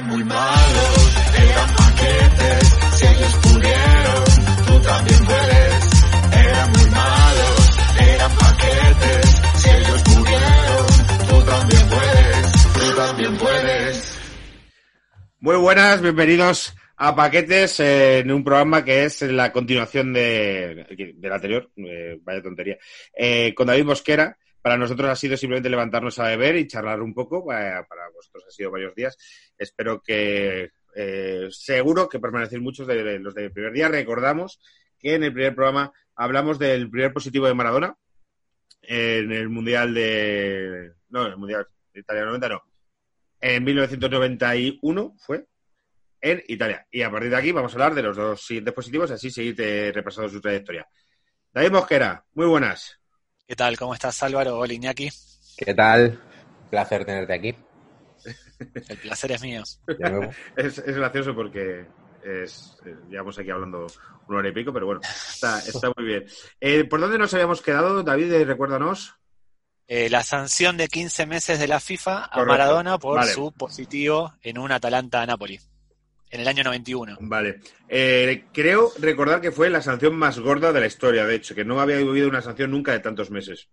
Eran muy malos, eran paquetes, si ellos pudieron, tú también puedes. Eran muy malos, eran paquetes, si ellos pudieron, tú también puedes, tú también puedes. Muy buenas, bienvenidos a Paquetes, en un programa que es la continuación del anterior, vaya tontería, con David Mosquera. Para nosotros ha sido simplemente levantarnos a beber y charlar un poco, para vosotros ha sido varios días. Espero que, seguro que permanecéis muchos de los del primer día. Recordamos que en el primer programa hablamos del primer positivo de Maradona en el Mundial de... No, en el Mundial de Italia 90 no. En 1991 fue en Italia. Y a partir de aquí vamos a hablar de los dos siguientes positivos, así seguir repasando su trayectoria. David Mosquera, muy buenas. ¿Qué tal? ¿Cómo estás, Álvaro? Hola, Iñaki. ¿Qué tal? Placer tenerte aquí. El placer es mío. De nuevo. Es gracioso porque llevamos aquí hablando una hora y pico, pero bueno, está muy bien. ¿Por dónde nos habíamos quedado, David? Recuérdanos. La sanción de 15 meses de la FIFA a Correcto. Maradona por su positivo en un Atalanta-Napoli, en el año 91. Vale. Creo recordar que fue la sanción más gorda de la historia, de hecho, que no había habido una sanción nunca de tantos meses.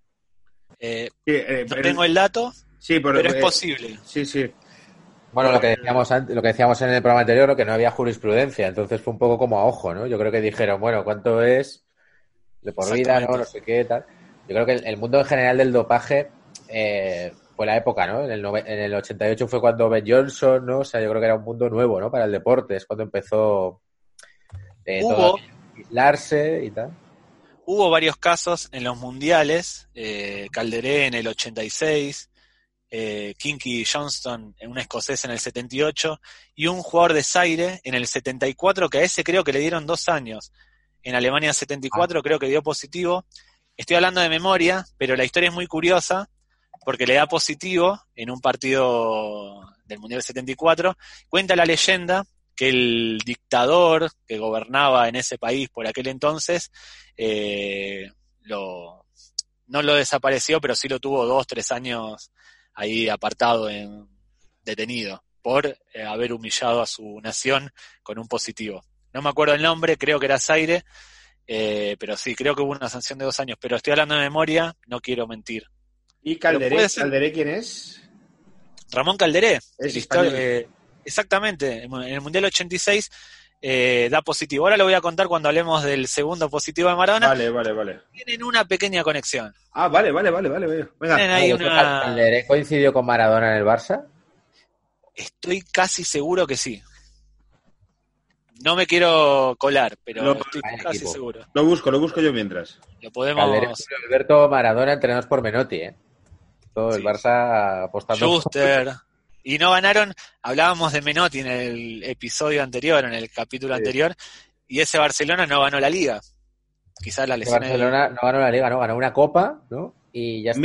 No tengo el dato, sí, pero es posible. Sí. Bueno, lo que decíamos en el programa anterior, que no había jurisprudencia, entonces fue un poco como a ojo, ¿no? Yo creo que dijeron, bueno, ¿cuánto es de por vida, no sé qué, tal? Yo creo que el mundo en general del dopaje fue la época, ¿no? En el 88 fue cuando Ben Johnson, ¿no? O sea, yo creo que era un mundo nuevo, ¿no? Para el deporte, es cuando empezó todo a aislarse y tal. Hubo varios casos en los mundiales, Calderé en el 86, Kinky Johnston, un escocés en el 78, y un jugador de Zaire en el 74, que a ese creo que le dieron 2 años. En Alemania 74 creo que dio positivo. Estoy hablando de memoria, pero la historia es muy curiosa, porque le da positivo en un partido del Mundial 74. Cuenta la leyenda que el dictador que gobernaba en ese país por aquel entonces no lo desapareció, pero sí lo tuvo 2-3 años ahí apartado, detenido, por haber humillado a su nación con un positivo. No me acuerdo el nombre, creo que era Zaire, pero sí, creo que hubo una sanción de 2 años, pero estoy hablando de memoria, no quiero mentir. ¿Y Calderé quién es? Ramón Calderé. Es español. Exactamente, en el Mundial 86 da positivo. Ahora lo voy a contar cuando hablemos del segundo positivo de Maradona. Vale. Tienen una pequeña conexión. Ah, vale. Venga. Tienen ahí ¿Calderé coincidió con Maradona en el Barça? Estoy casi seguro que sí. No me quiero colar, pero estoy casi seguro. Lo busco yo mientras. Lo podemos... Calderé, Alberto Maradona entrenados por Menotti, ¿eh? Todo el Barça apostando. Schuster. Y no ganaron, hablábamos de Menotti en el episodio anterior, en el capítulo anterior, y ese Barcelona no ganó la Liga. Quizás la lesión. Barcelona no ganó la Liga, no, ganó una Copa, ¿no? Y ya está.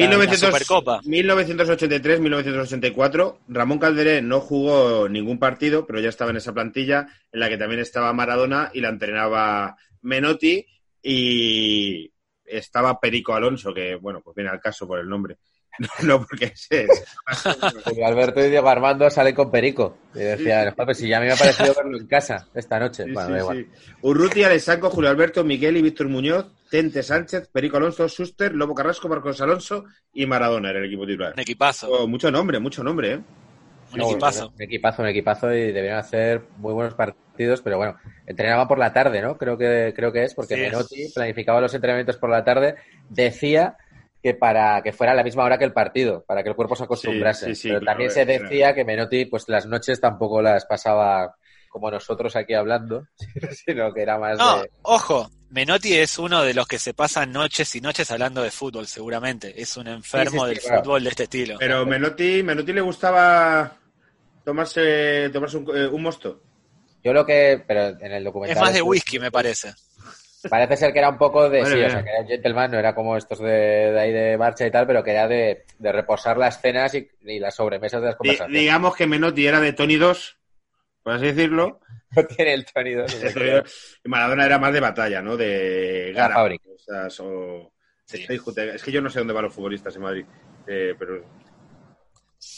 1983-1984, Ramón Calderé no jugó ningún partido, pero ya estaba en esa plantilla en la que también estaba Maradona y la entrenaba Menotti y estaba Perico Alonso, que bueno, pues viene al caso por el nombre. No, porque sé. Julio Alberto y Diego Armando salen con Perico. Y decía, pues si ya me ha parecido verlo en casa esta noche. Bueno, da igual. Urrutia, Alessanco, Julio Alberto, Miguel y Víctor Muñoz, Tente Sánchez, Perico Alonso, Schuster, Lobo Carrasco, Marcos Alonso y Maradona era el equipo titular. Un equipazo. Mucho nombre, ¿eh? Un equipazo. Un equipazo y debieron hacer muy buenos partidos, pero bueno, entrenaban por la tarde, ¿no? Creo que es porque Menotti planificaba los entrenamientos por la tarde, decía que para que fuera a la misma hora que el partido, para que el cuerpo se acostumbrase. Pero claro, también se decía que Menotti, pues las noches tampoco las pasaba como nosotros aquí hablando, sino que era más ojo, Menotti es uno de los que se pasan noches y noches hablando de fútbol, seguramente. Es un enfermo del fútbol de este estilo. Pero Menotti le gustaba tomarse un mosto. Pero en el documental... Es más de whisky, me parece. Parece ser que era un poco de... Bueno, sí, o sea, que era un gentleman, no era como estos de ahí de marcha y tal, pero que era de reposar las cenas y las sobremesas de las conversaciones. Digamos que Menotti era de Tony 2, por así decirlo. No tiene el Tony 2. Y Maradona era más de batalla, ¿no? De gana. Fábrica. O sea, es que yo no sé dónde van los futbolistas en Madrid, pero...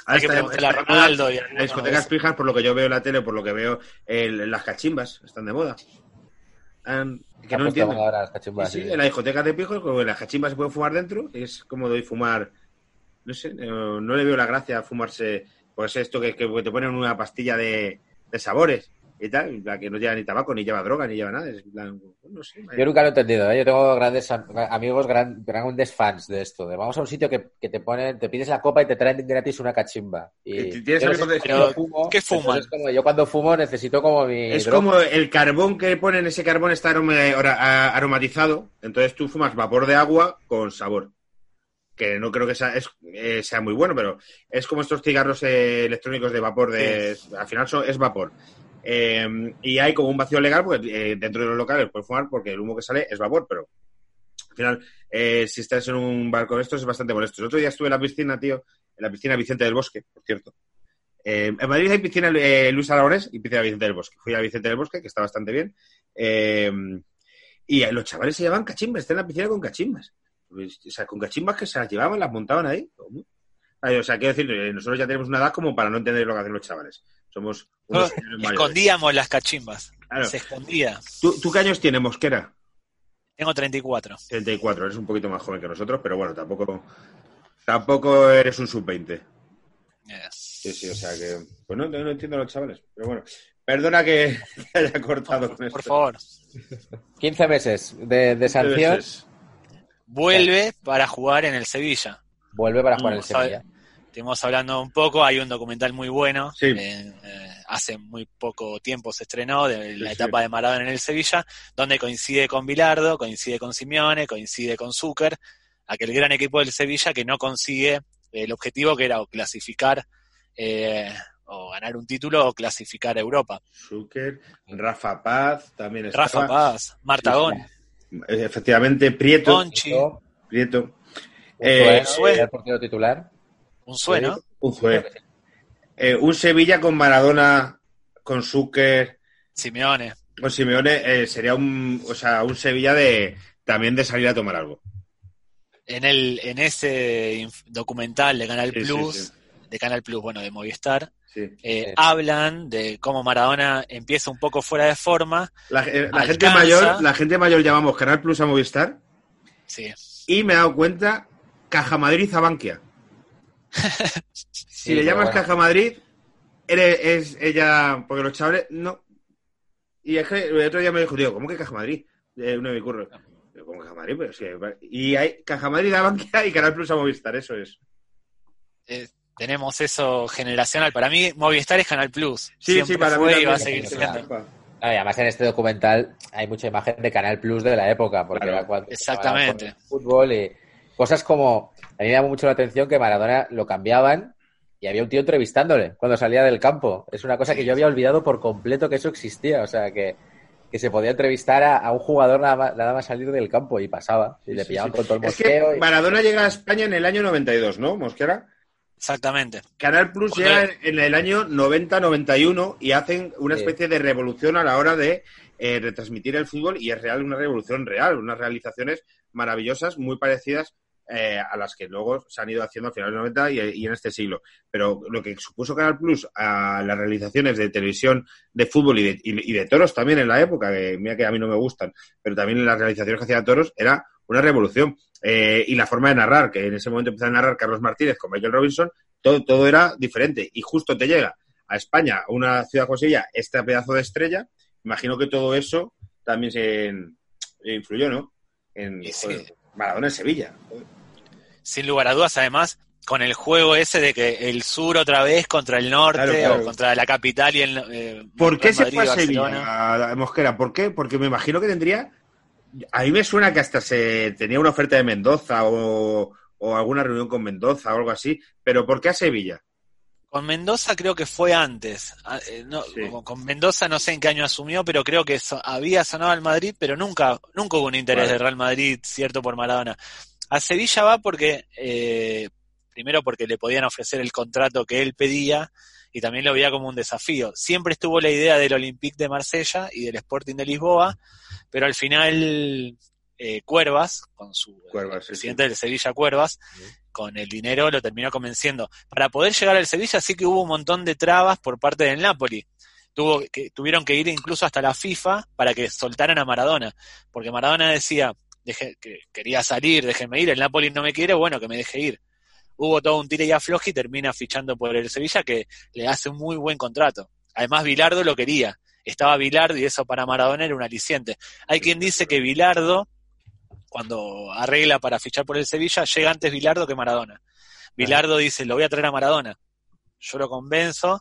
Hay que preguntarle a Ronaldo. Las discotecas pijas, por lo que yo veo en la tele, por lo que veo, las cachimbas están de moda. Que no entiendo. Ahora las cachimbas, sí, en la discoteca de pijos, como en las cachimbas se puede fumar dentro, es cómodo y fumar. No sé, no le veo la gracia a fumarse. Pues esto que te ponen una pastilla de sabores y tal, la que no lleva ni tabaco, ni lleva droga, ni lleva nada. Es plan, no sé. Yo nunca lo he entendido, ¿eh? Yo tengo grandes amigos, grandes fans de esto. De vamos a un sitio que te pides la copa y te traen gratis una cachimba. Y ¿Tienes yo amigos de pero, fumo, ¿qué fuman? Como, yo cuando fumo necesito como mi... Es droga. como el carbón que ponen, ese carbón está aromatizado, entonces tú fumas vapor de agua con sabor. Que no creo que sea muy bueno, pero es como estos cigarros electrónicos de vapor, al final es vapor. Y hay como un vacío legal, porque dentro de los locales puedes fumar porque el humo que sale es vapor, pero al final, si estás en un barco de estos es bastante molesto. El otro día estuve en la piscina, tío, en la piscina Vicente del Bosque, por cierto. En Madrid hay piscina Luis Aragonés y piscina Vicente del Bosque. Fui a Vicente del Bosque, que está bastante bien. Y los chavales se llevaban cachimbas, están en la piscina con cachimbas. O sea, con cachimbas que se las llevaban, las montaban ahí. ¿Cómo? O sea, quiero decir, nosotros ya tenemos una edad como para no entender lo que hacen los chavales. Somos unos señores mayores. Escondíamos las cachimbas. Claro. Se escondía. ¿Tú qué años tienes, Mosquera? Tengo 34. 34, eres un poquito más joven que nosotros, pero bueno, tampoco eres un sub-20. Yes. Sí, o sea que... Pues no entiendo a los chavales, pero bueno. Perdona que te haya cortado con esto. Por favor. 15 meses de sanción. Vuelve para jugar en el Sevilla. Vuelve para jugar en el Sevilla. Estuvimos hablando un poco, hay un documental muy bueno, sí. Hace muy poco tiempo se estrenó, de la etapa de Maradona en el Sevilla, donde coincide con Bilardo, coincide con Simeone, coincide con Zucker, aquel gran equipo del Sevilla que no consigue el objetivo que era o clasificar o ganar un título o clasificar a Europa. Zucker, Rafa Paz también estaba. Rafa Paz, Martagón. Efectivamente, Prieto. Monchi. Prieto. El portero titular. Unzué, ¿no? Unzué. Un Sevilla con Maradona, con Zucker. Simeone. Con Simeone sería un Sevilla también de salir a tomar algo. En ese documental de Canal Plus, de Canal Plus, bueno, de Movistar, hablan de cómo Maradona empieza un poco fuera de forma. La gente mayor llamamos Canal Plus a Movistar. Sí. Y me he dado cuenta, Caja Madrid a Bankia. Si le llamas Caja Madrid, es ella, porque los chavales no. Y es que el otro día me dijo, tío, ¿cómo que Caja Madrid? Uno de mi curro. ¿Cómo Caja Madrid? Pero sí, y hay Caja Madrid a Bankia y Canal Plus a Movistar, eso es. Tenemos eso generacional. Para mí, Movistar es Canal Plus. Sí, para mí y va a seguir siendo. Y además en este documental hay mucha imagen de Canal Plus de la época, porque era cuando exactamente. Fútbol y cosas como... A mí me llamó mucho la atención que Maradona lo cambiaban y había un tío entrevistándole cuando salía del campo. Es una cosa que yo había olvidado por completo que eso existía, o sea, que se podía entrevistar a un jugador nada más salir del campo y pasaba. Y le pillaban con todo el mosqueo. Maradona llega a España en el año 92, ¿no, Mosquera? Exactamente. Canal Plus llega en el año 90-91 y hacen una especie de revolución a la hora de retransmitir el fútbol, y es real, una revolución real, unas realizaciones maravillosas muy parecidas a las que luego se han ido haciendo a finales de los 90 y en este siglo. Pero lo que supuso Canal Plus a las realizaciones de televisión de fútbol y de toros también en la época, que mira que a mí no me gustan, pero también las realizaciones que hacía toros, era una revolución. Y la forma de narrar, que en ese momento empezó a narrar Carlos Martínez con Michael Robinson, todo era diferente. Y justo te llega a España, a una ciudad como Sevilla, este pedazo de estrella. Imagino que todo eso también se influyó, ¿no? Maradona en Sevilla. Sin lugar a dudas, además, con el juego ese de que el sur otra vez contra el norte, claro. O contra la capital y el ¿Por qué se fue a Sevilla, Mosquera? ¿Por qué? Porque me imagino que tendría... A mí me suena que hasta se tenía una oferta de Mendoza o alguna reunión con Mendoza o algo así, pero ¿por qué a Sevilla? Con Mendoza creo que fue antes. Con Mendoza no sé en qué año asumió, pero creo que había sonado al Madrid, pero nunca hubo un interés de Real Madrid, cierto, por Maradona. A Sevilla va porque, primero porque le podían ofrecer el contrato que él pedía, y también lo veía como un desafío. Siempre estuvo la idea del Olympique de Marsella y del Sporting de Lisboa, pero al final Cuervas, con su presidente del Sevilla, Cuervas, con el dinero lo terminó convenciendo. Para poder llegar al Sevilla sí que hubo un montón de trabas por parte del Napoli. Tuvieron que ir incluso hasta la FIFA para que soltaran a Maradona, porque Maradona decía que quería salir, déjenme ir, el Napoli no me quiere, bueno, que me deje ir. Hubo todo un tire y afloje y termina fichando por el Sevilla, que le hace un muy buen contrato. Además, Bilardo lo quería. Estaba Bilardo y eso para Maradona era un aliciente. Hay quien dice que Bilardo, cuando arregla para fichar por el Sevilla, llega antes Bilardo que Maradona. Bilardo dice, lo voy a traer a Maradona. Yo lo convenzo,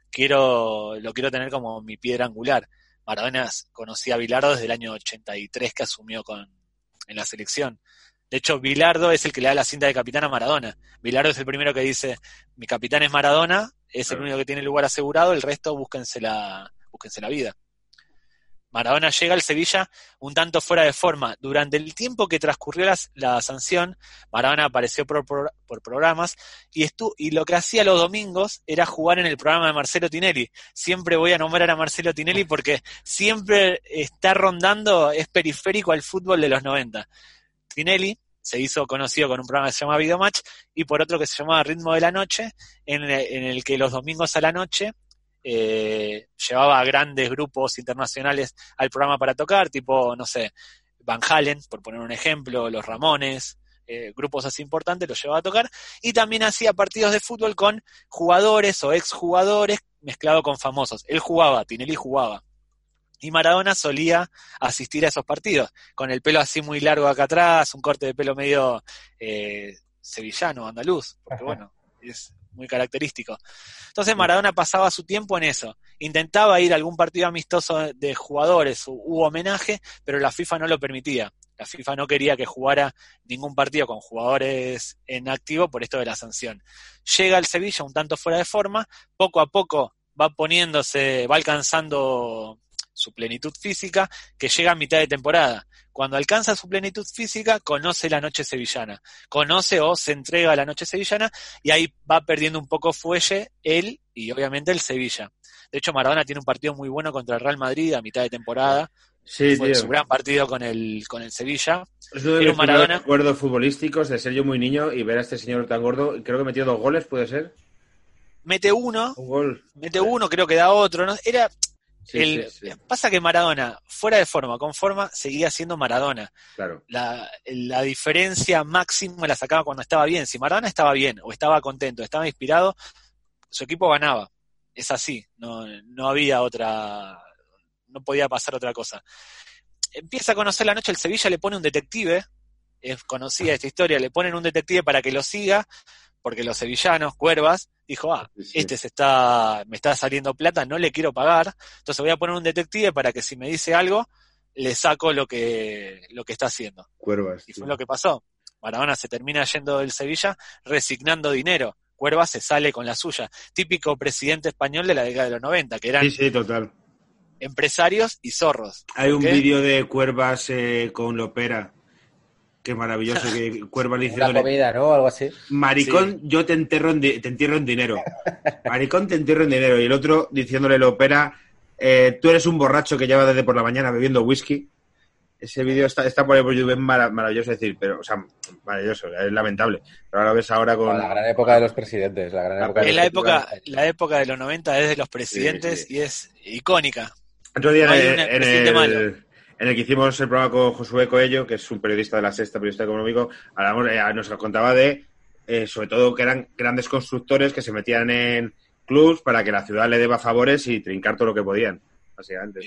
lo quiero tener como mi piedra angular. Maradona conocía a Bilardo desde el año 83 que asumió en la selección. De hecho, Bilardo es el que le da la cinta de capitán a Maradona. Bilardo es el primero que dice, mi capitán es Maradona, es el único que tiene el lugar asegurado, el resto búsquense la vida. Maradona llega al Sevilla un tanto fuera de forma. Durante el tiempo que transcurrió la sanción, Maradona apareció por programas y lo que hacía los domingos era jugar en el programa de Marcelo Tinelli. Siempre voy a nombrar a Marcelo Tinelli porque siempre está rondando, es periférico al fútbol de los 90. Tinelli se hizo conocido con un programa que se llama Videomatch y por otro que se llamaba Ritmo de la Noche, en el que los domingos a la noche llevaba a grandes grupos internacionales al programa para tocar, tipo, no sé, Van Halen, por poner un ejemplo, Los Ramones, grupos así importantes, los llevaba a tocar, y también hacía partidos de fútbol con jugadores o exjugadores mezclado con famosos. Tinelli jugaba. Y Maradona solía asistir a esos partidos, con el pelo así muy largo acá atrás, un corte de pelo medio sevillano, andaluz, porque bueno, es muy característico. Entonces Maradona pasaba su tiempo en eso, intentaba ir a algún partido amistoso de jugadores u homenaje, pero la FIFA no lo permitía. La FIFA no quería que jugara ningún partido con jugadores en activo por esto de la sanción. Llega al Sevilla un tanto fuera de forma, poco a poco va alcanzando su plenitud física, que llega a mitad de temporada. Cuando alcanza su plenitud física, conoce la noche sevillana. Conoce o se entrega a la noche sevillana y ahí va perdiendo un poco fuelle él y obviamente el Sevilla. De hecho, Maradona tiene un partido muy bueno contra el Real Madrid a mitad de temporada. Sí, fue tío. su gran partido con el Sevilla. Es uno de los recuerdos futbolísticos de ser yo muy niño y ver a este señor tan gordo. Creo que metió 2 goles, ¿puede ser? Mete uno, creo que da otro, ¿no? Sí. Pasa que Maradona, fuera de forma, con forma, seguía siendo Maradona. Claro. La diferencia máxima la sacaba cuando estaba bien. Si Maradona estaba bien, o estaba contento, estaba inspirado, su equipo ganaba. Es así, no había otra, no podía pasar otra cosa. Empieza a conocer la noche, el Sevilla le pone un detective, es conocida esta historia, le ponen un detective para que lo siga, porque los sevillanos, Cuervas, dijo, este me está saliendo plata, no le quiero pagar, entonces voy a poner un detective para que si me dice algo, le saco lo que está haciendo. Cuervas. Y fue lo que pasó. Maradona se termina yendo del Sevilla resignando dinero. Cuervas se sale con la suya. Típico presidente español de la década de los 90, que eran total. Empresarios y zorros. Hay un vídeo de Cuervas con Lopera. Qué maravilloso, que Cuervas diciéndole... La comida, ¿no? Algo así. Maricón, sí. Yo te entierro en dinero. Maricón, te entierro en dinero. Y el otro diciéndole Lopera, tú eres un borracho que lleva desde por la mañana bebiendo whisky. Ese vídeo está por ahí por YouTube, es maravilloso decir, pero, o sea, maravilloso, es lamentable. Pero ahora lo ves ahora con... La gran época de los presidentes. La época de los 90 es de los presidentes y es icónica. Otro día en el que hicimos el programa con Josué Coello, que es un periodista de La Sexta, periodista económico, nos contaba de, sobre todo, que eran grandes constructores que se metían en clubs para que la ciudad le deba favores y trincar todo lo que podían, básicamente.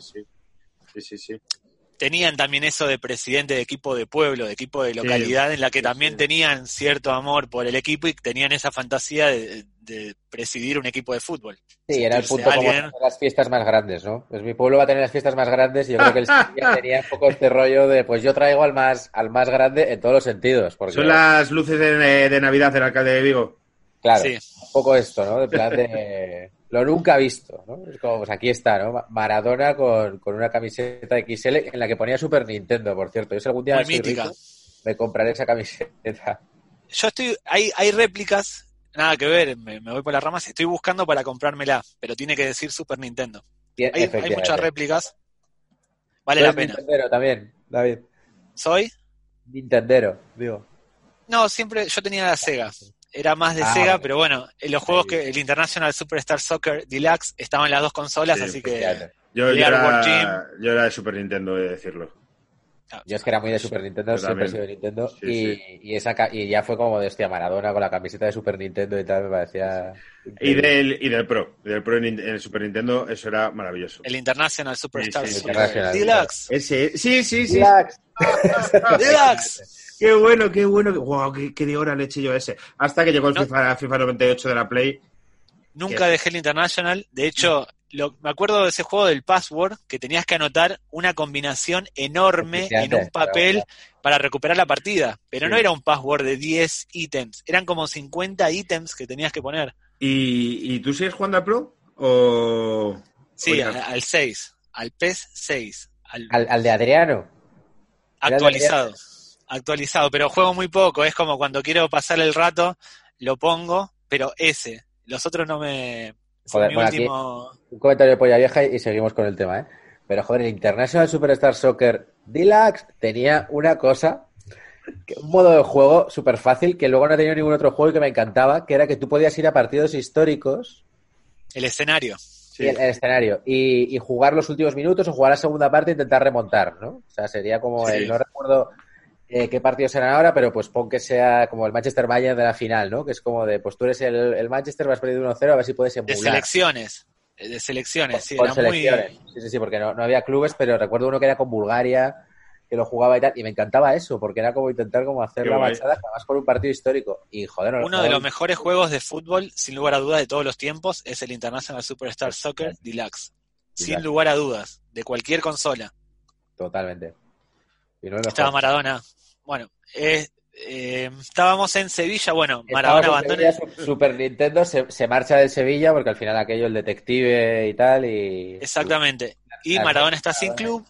Sí. Tenían también eso de presidente de equipo de pueblo, de equipo de localidad, en la que también tenían cierto amor por el equipo y tenían esa fantasía de presidir un equipo de fútbol. Sí, era el punto como las fiestas más grandes, ¿no? Pues mi pueblo va a tener las fiestas más grandes y yo creo que el Sevilla tenía un poco este rollo de, pues yo traigo al más grande en todos los sentidos. Porque... Son las luces de Navidad del alcalde de Vigo. Claro, sí. Un poco esto, ¿no? De plan de... Lo nunca visto, ¿no? Es como, pues aquí está, ¿no? Maradona con una camiseta XL en la que ponía Super Nintendo, por cierto. Yo si algún día soy rico, me compraré esa camiseta. Yo hay réplicas, nada que ver, me voy por las ramas, estoy buscando para comprármela, pero tiene que decir Super Nintendo. Hay muchas réplicas, vale la pena. Nintendero también, David. ¿Soy? Nintendero, digo. No, siempre yo tenía la Sega. Era más de Sega, pero bueno, en los juegos que el International Superstar Soccer Deluxe estaban en las dos consolas, Sí, así pues, que... Yo era de Super Nintendo, he de decirlo. Yo es que era muy de Super Nintendo, siempre he sido de Nintendo. Sí, y ya fue como de hostia, Maradona con la camiseta de Super Nintendo y tal, me parecía. Y del Pro. En el Super Nintendo, eso era maravilloso. El International Superstar Sí, Soccer Deluxe. Ese, sí. Deluxe. Deluxe. Qué bueno. Wow, qué de hora le eché yo a ese. Hasta que llegó el FIFA 98 de la Play. Nunca dejé el International. De hecho, me acuerdo de ese juego del password, que tenías que anotar una combinación enorme en un papel para recuperar la partida. Pero no era un password de 10 ítems. Eran como 50 ítems que tenías que poner. ¿Y tú sigues jugando al Pro? ¿O...? Sí, al 6. Al PES 6. Al de Adriano. Actualizado, pero juego muy poco. Es como cuando quiero pasar el rato, lo pongo, pero ese. Los otros no me... Joder, mi bueno, último... aquí, un comentario de polla vieja y seguimos con el tema, ¿eh? Pero joder, el International Superstar Soccer Deluxe tenía una cosa, un modo de juego súper fácil que luego no tenía ningún otro juego y que me encantaba, que era que tú podías ir a partidos históricos. El escenario. Sí. El escenario. Y jugar los últimos minutos o jugar la segunda parte e intentar remontar, ¿no? O sea, sería como no recuerdo qué partidos eran ahora, pero pues pon que sea como el Manchester Bayern de la final, ¿no? Que es como de, pues tú eres el Manchester, vas perdiendo 1-0, a ver si puedes emular. De selecciones, sí. Con era selecciones. Muy... Sí, porque no había clubes, pero recuerdo uno que era con Bulgaria, que lo jugaba y tal, y me encantaba eso, porque era como intentar como hacer la manchada, además por un partido histórico. Y joder, uno de los mejores juegos de fútbol, sin lugar a dudas, de todos los tiempos, es el International Superstar Soccer Deluxe. Sin lugar a dudas, de cualquier consola. Totalmente. Estaba Maradona. Bueno, estábamos en Sevilla, bueno, Maradona abandona... Super Nintendo se marcha del Sevilla porque al final aquello, el detective y tal, y... Exactamente. Y Maradona está sin club,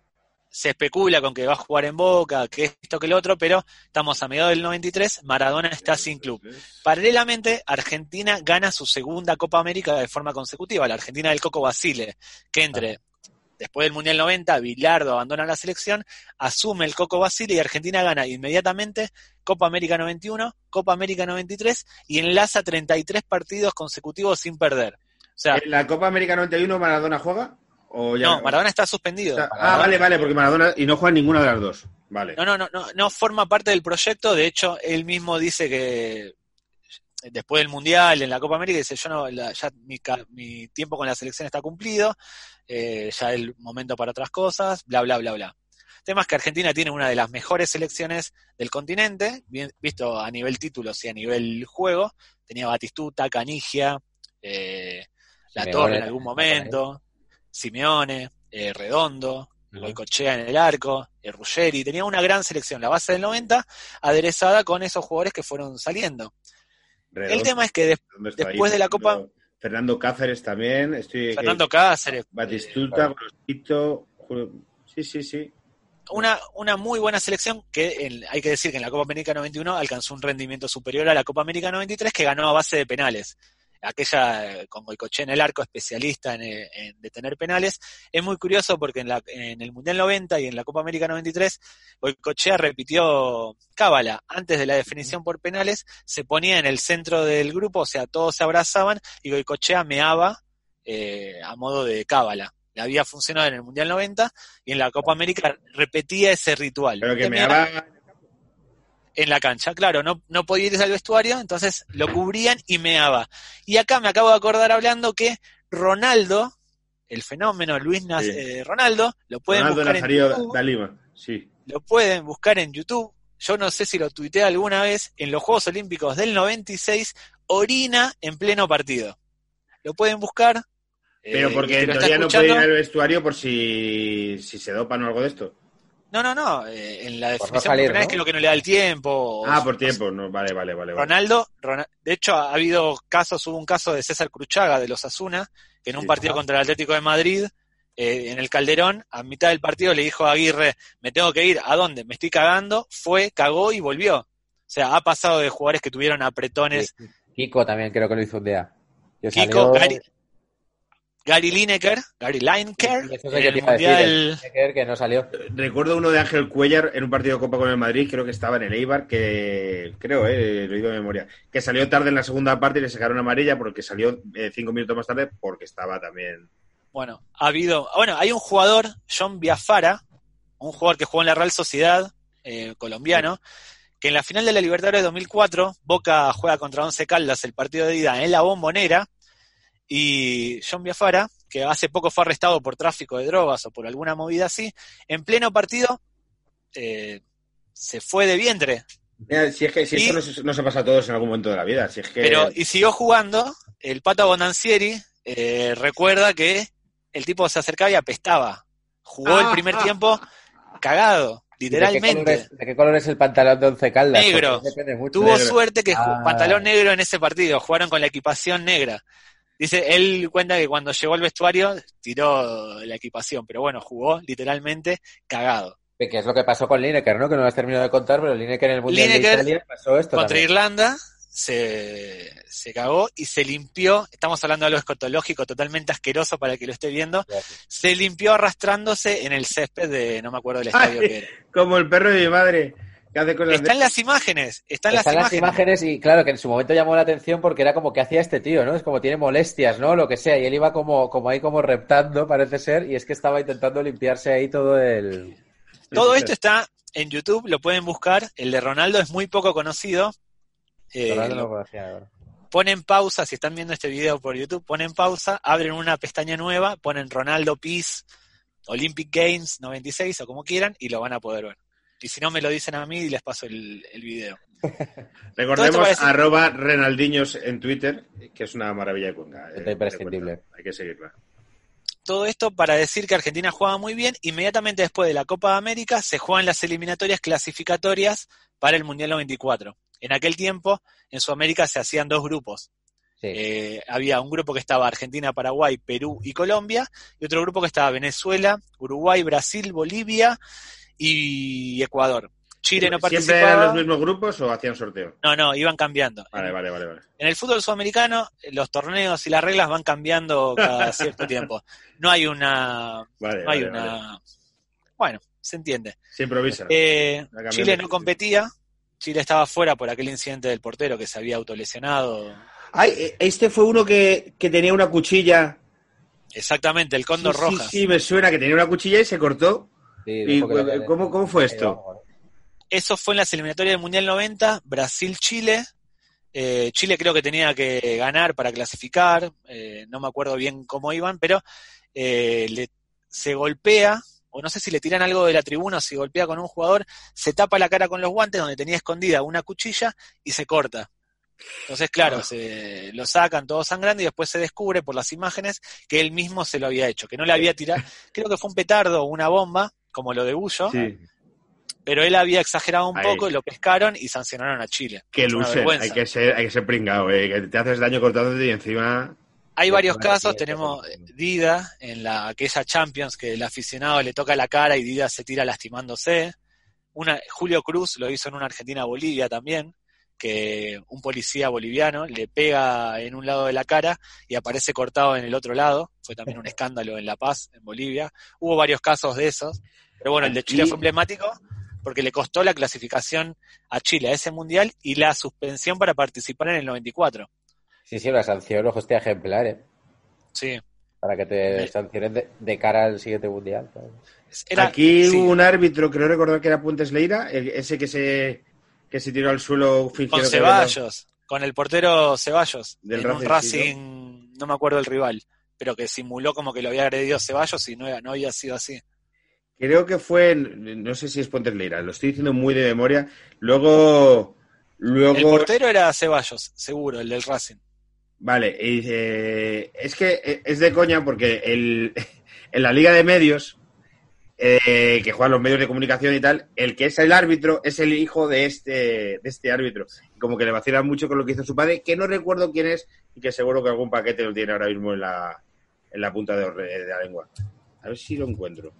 se especula con que va a jugar en Boca, que esto, que lo otro, pero estamos a mediados del 93, Maradona está sin club. Paralelamente, Argentina gana su segunda Copa América de forma consecutiva, la Argentina del Coco Basile, que después del Mundial 90, Bilardo abandona la selección, asume el Coco Basile y Argentina gana inmediatamente Copa América 91, Copa América 93 y enlaza 33 partidos consecutivos sin perder. O sea, ¿en la Copa América 91 Maradona juega? ¿O ya no, Maradona está suspendido. Vale, porque Maradona... Y no juega ninguna de las dos. Vale. No forma parte del proyecto. De hecho, él mismo dice que después del Mundial, en la Copa América, dice, ya mi tiempo con la selección está cumplido, ya el momento para otras cosas, bla, bla, bla, bla. El tema es que Argentina tiene una de las mejores selecciones del continente, bien visto a nivel títulos y a nivel juego. Tenía Batistuta, Canigia, La Torre en algún momento, Simeone, Redondo, Goicoechea en el arco, Ruggeri. Tenía una gran selección, la base del 90, aderezada con esos jugadores que fueron saliendo. Redondo, el tema es que después de la Copa... Fernando Cáceres también. Cáceres. Batistuta, Brosito. Sí. Una muy buena selección que hay que decir que en la Copa América 91 alcanzó un rendimiento superior a la Copa América 93, que ganó a base de penales. Aquella con Goicoechea en el arco, especialista en detener penales. Es muy curioso porque en el Mundial 90 y en la Copa América 93, Goicoechea repitió cábala. Antes de la definición por penales, se ponía en el centro del grupo, o sea, todos se abrazaban y Goicoechea meaba a modo de cábala. Le había funcionado en el Mundial 90 y en la Copa América repetía ese ritual. Pero que meaba... En la cancha, claro, no podía irse al vestuario, entonces lo cubrían y meaba. Y acá me acabo de acordar hablando que Ronaldo, el fenómeno Luis Ronaldo, lo pueden buscar Nazario en YouTube. Da Lima, sí. Lo pueden buscar en YouTube. Yo no sé si lo tuiteé alguna vez, en los Juegos Olímpicos del 96, orina en pleno partido. Lo pueden buscar. Pero porque en teoría no puede ir al vestuario por si se dopan o algo de esto. No, en la definición por penales, ¿no? Que es lo que no le da el tiempo. Por tiempo, no, vale. Ronaldo, de hecho hubo un caso de César Cruchaga de los Osasuna, que en un partido contra el Atlético de Madrid, en el Calderón, a mitad del partido le dijo a Aguirre, me tengo que ir, ¿a dónde? Me estoy cagando, fue, cagó y volvió. O sea, ha pasado de jugadores que tuvieron apretones. Kiko también creo que lo hizo un día. Kiko, Gary Lineker, Y eso es en que el te iba a decir, Mundial. el Lineker que no salió. Recuerdo uno de Ángel Cuellar en un partido de Copa con el Madrid, creo que estaba en el Eibar, que creo, lo digo de memoria, que salió tarde en la segunda parte y le sacaron amarilla porque salió 5 minutos más tarde porque estaba también... Bueno, hay un jugador, John Biafara, un jugador que jugó en la Real Sociedad, colombiano, que en la final de la Libertadores de 2004, Boca juega contra Once Caldas el partido de ida en la Bombonera, y John Biafara, que hace poco fue arrestado por tráfico de drogas o por alguna movida así, en pleno partido se fue de vientre. Mira, si esto no se pasa a todos en algún momento de la vida, si es que... Y siguió jugando. El Pato Bonancieri recuerda que el tipo se acercaba y apestaba. Jugó el primer tiempo cagado, literalmente. ¿De qué color es el pantalón de Once Caldas? Negro. Tuvo negro. suerte que pantalón negro en ese partido. Jugaron con la equipación negra. Dice, él cuenta que cuando llegó al vestuario tiró la equipación, pero bueno, jugó literalmente cagado. Que es lo que pasó con Lineker, ¿no? Que no lo has terminado de contar, pero Lineker en el Mundial de Italia pasó esto contra también. Irlanda se cagó y se limpió. Estamos hablando de algo escatológico totalmente asqueroso para el que lo esté viendo. Gracias. Se limpió arrastrándose en el césped de, no me acuerdo del estadio que era. Como el perro de mi madre, que hace cosas Están las imágenes. Están las imágenes y claro, que en su momento llamó la atención porque era como que hacía este tío, ¿no? Es como tiene molestias, ¿no? Lo que sea. Y él iba como ahí como reptando, parece ser, y es que estaba intentando limpiarse ahí todo el... Todo esto está en YouTube, lo pueden buscar. El de Ronaldo es muy poco conocido. Ronaldo no lo conocía, ¿verdad? Ponen pausa, si están viendo este video por YouTube, ponen pausa, abren una pestaña nueva, ponen Ronaldo Peace, Olympic Games 96 o como quieran y lo van a poder ver. Y si no me lo dicen a mí, les paso el video. Recordemos @Renaldiños en Twitter, que es una maravilla de cuenca. Es imprescindible. Hay que seguirla. Todo esto para decir que Argentina jugaba muy bien. Inmediatamente después de la Copa de América se juegan las eliminatorias clasificatorias para el Mundial 94. En aquel tiempo, en Sudamérica se hacían 2 grupos. Sí. Había un grupo que estaba Argentina, Paraguay, Perú y Colombia, y otro grupo que estaba Venezuela, Uruguay, Brasil, Bolivia y Ecuador. Chile no participaba. ¿Siempre eran los mismos grupos o hacían sorteo? No, iban cambiando. Vale. En el fútbol sudamericano, los torneos y las reglas van cambiando cada cierto tiempo. No hay una... Vale. Bueno, se entiende. Se improvisa. Chile no competía. Chile estaba fuera por aquel incidente del portero que se había autolesionado. Ay, este fue uno que tenía una cuchilla. Exactamente, el Cóndor Rojas. Sí, me suena que tenía una cuchilla y se cortó. Sí, ¿Cómo fue esto? Eso fue en las eliminatorias del Mundial 90, Brasil-Chile. Chile creo que tenía que ganar para clasificar, no me acuerdo bien cómo iban, pero se golpea, o no sé si le tiran algo de la tribuna o si golpea con un jugador, se tapa la cara con los guantes donde tenía escondida una cuchilla y se corta. Entonces, claro, se lo sacan todo sangrando y después se descubre por las imágenes que él mismo se lo había hecho, que no le había tirado, creo que fue un petardo o una bomba, como lo de Bullo, sí. Pero él había exagerado un poco y lo pescaron y sancionaron a Chile. Qué luce, hay que ser pringado, que te haces daño cortándote y encima... Hay varios casos, tenemos Dida en aquella Champions que el aficionado le toca la cara y Dida se tira lastimándose. Julio Cruz lo hizo en una Argentina-Bolivia también, que un policía boliviano le pega en un lado de la cara y aparece cortado en el otro lado. Fue también un escándalo en La Paz, en Bolivia. Hubo varios casos de esos, pero bueno, el de Chile fue emblemático porque le costó la clasificación a Chile a ese mundial y la suspensión para participar en el 94. Sí, una sanción, ojo, ejemplar, Sí. Para que te sancionen de cara al siguiente mundial. Aquí hubo un árbitro, creo recordar que era Puentes Leira, ese que se tiró al suelo fingiendo con Ceballos, con el portero Ceballos, del en un Racing, no me acuerdo el rival, pero que simuló como que lo había agredido Ceballos y no había sido así. Creo que fue, no sé si es Puentes Leira, lo estoy diciendo muy de memoria. Luego el portero era Ceballos, seguro, el del Racing. Vale, es que es de coña porque en la Liga de Medios, que juegan los medios de comunicación y tal, el que es el árbitro es el hijo de este árbitro. Como que le vacilan mucho con lo que hizo su padre, que no recuerdo quién es y que seguro que algún paquete lo tiene ahora mismo en la punta de la lengua. A ver si lo encuentro.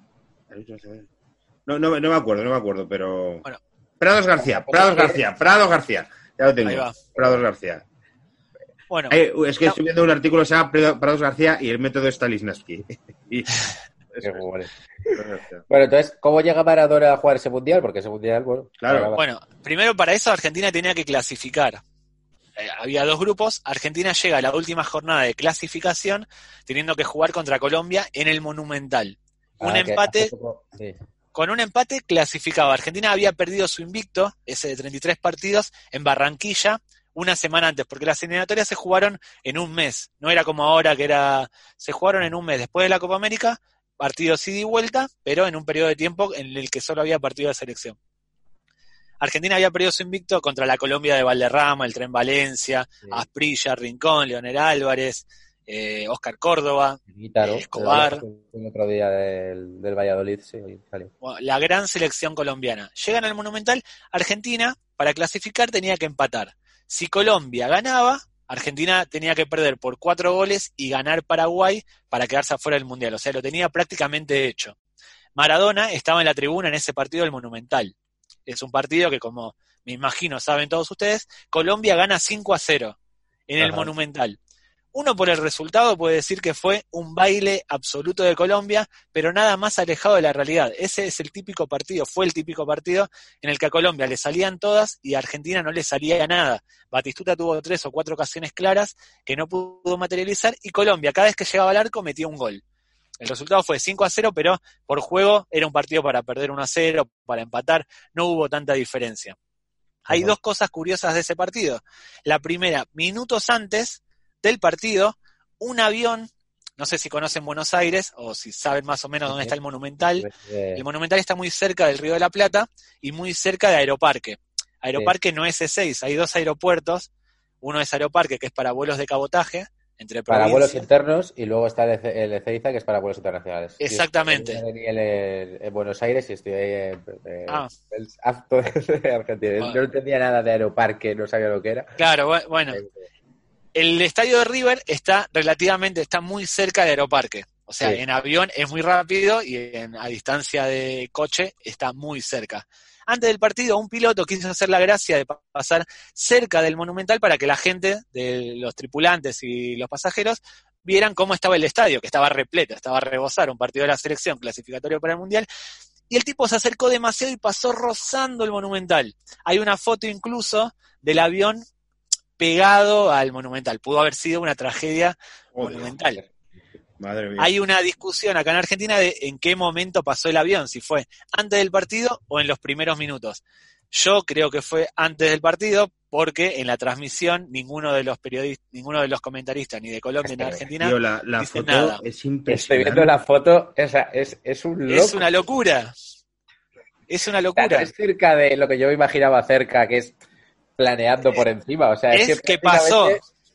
No me acuerdo, pero... Bueno. Prados García. Ya lo tengo. Prados García. Bueno, es que estoy viendo un artículo que se llama Prados García y el método Stanislavski. Bueno, entonces, ¿cómo llega Maradona a jugar ese mundial? Porque ese mundial, bueno... Claro. Bueno, primero para eso Argentina tenía que clasificar. Había 2 grupos. Argentina llega a la última jornada de clasificación teniendo que jugar contra Colombia en el Monumental. Un empate... Sí. Con un empate clasificaba. Argentina había perdido su invicto, ese de 33 partidos, en Barranquilla, una semana antes, porque las eliminatorias se jugaron en un mes. No era como ahora que se jugaron en un mes. Después de la Copa América, partidos ida y vuelta, pero en un periodo de tiempo en el que solo había partido de selección. Argentina había perdido su invicto contra la Colombia de Valderrama, el Tren Valencia, sí. Asprilla, Rincón, Leonel Álvarez, Oscar Córdoba, Escobar. El otro día del Valladolid, sí, salió. Bueno, la gran selección colombiana. Llegan al Monumental, Argentina, para clasificar tenía que empatar. Si Colombia ganaba, Argentina tenía que perder por 4 goles y ganar Paraguay para quedarse afuera del Mundial. O sea, lo tenía prácticamente hecho. Maradona estaba en la tribuna en ese partido del Monumental. Es un partido que, como me imagino saben todos ustedes, Colombia gana 5-0 en el Monumental. Uno por el resultado puede decir que fue un baile absoluto de Colombia, pero nada más alejado de la realidad. Ese es el típico partido, fue el típico partido en el que a Colombia le salían todas y a Argentina no le salía nada. Batistuta tuvo 3 o 4 ocasiones claras que no pudo materializar y Colombia cada vez que llegaba al arco metía un gol. El resultado fue 5-0, pero por juego era un partido para perder 1-0, para empatar, no hubo tanta diferencia. Hay 2 cosas curiosas de ese partido. La primera, minutos antes del partido, un avión, no sé si conocen Buenos Aires o si saben más o menos dónde está el Monumental. El Monumental está muy cerca del Río de la Plata y muy cerca de Aeroparque. Aeroparque no es E6, hay 2 aeropuertos. Uno es Aeroparque, que es para vuelos de cabotaje, entre provincias. Para vuelos internos, y luego está el Ezeiza, que es para vuelos internacionales. Exactamente. Yo venía en Buenos Aires y estoy ahí en el acto de Argentina. Bueno. No entendía nada de Aeroparque, no sabía lo que era. Claro, bueno. El estadio de River está muy cerca de Aeroparque. O sea, en avión es muy rápido y a distancia de coche está muy cerca. Antes del partido, un piloto quiso hacer la gracia de pasar cerca del Monumental para que la gente, de los tripulantes y los pasajeros, vieran cómo estaba el estadio, que estaba repleto, estaba a rebosar, un partido de la selección clasificatorio para el Mundial. Y el tipo se acercó demasiado y pasó rozando el Monumental. Hay una foto incluso del avión pegado al Monumental. Pudo haber sido una tragedia monumental. Madre mía. Hay una discusión acá en Argentina de en qué momento pasó el avión, si fue antes del partido o en los primeros minutos. Yo creo que fue antes del partido porque en la transmisión ninguno de los periodistas, ninguno de los comentaristas, ni de Colombia ni de Argentina, tío, la dice foto nada. Es impresionante. Estoy viendo la foto, es un loco. Es una locura. Es una locura. Claro, es cerca de lo que yo me imaginaba cerca, que es planeando por encima. O sea, es que pasó.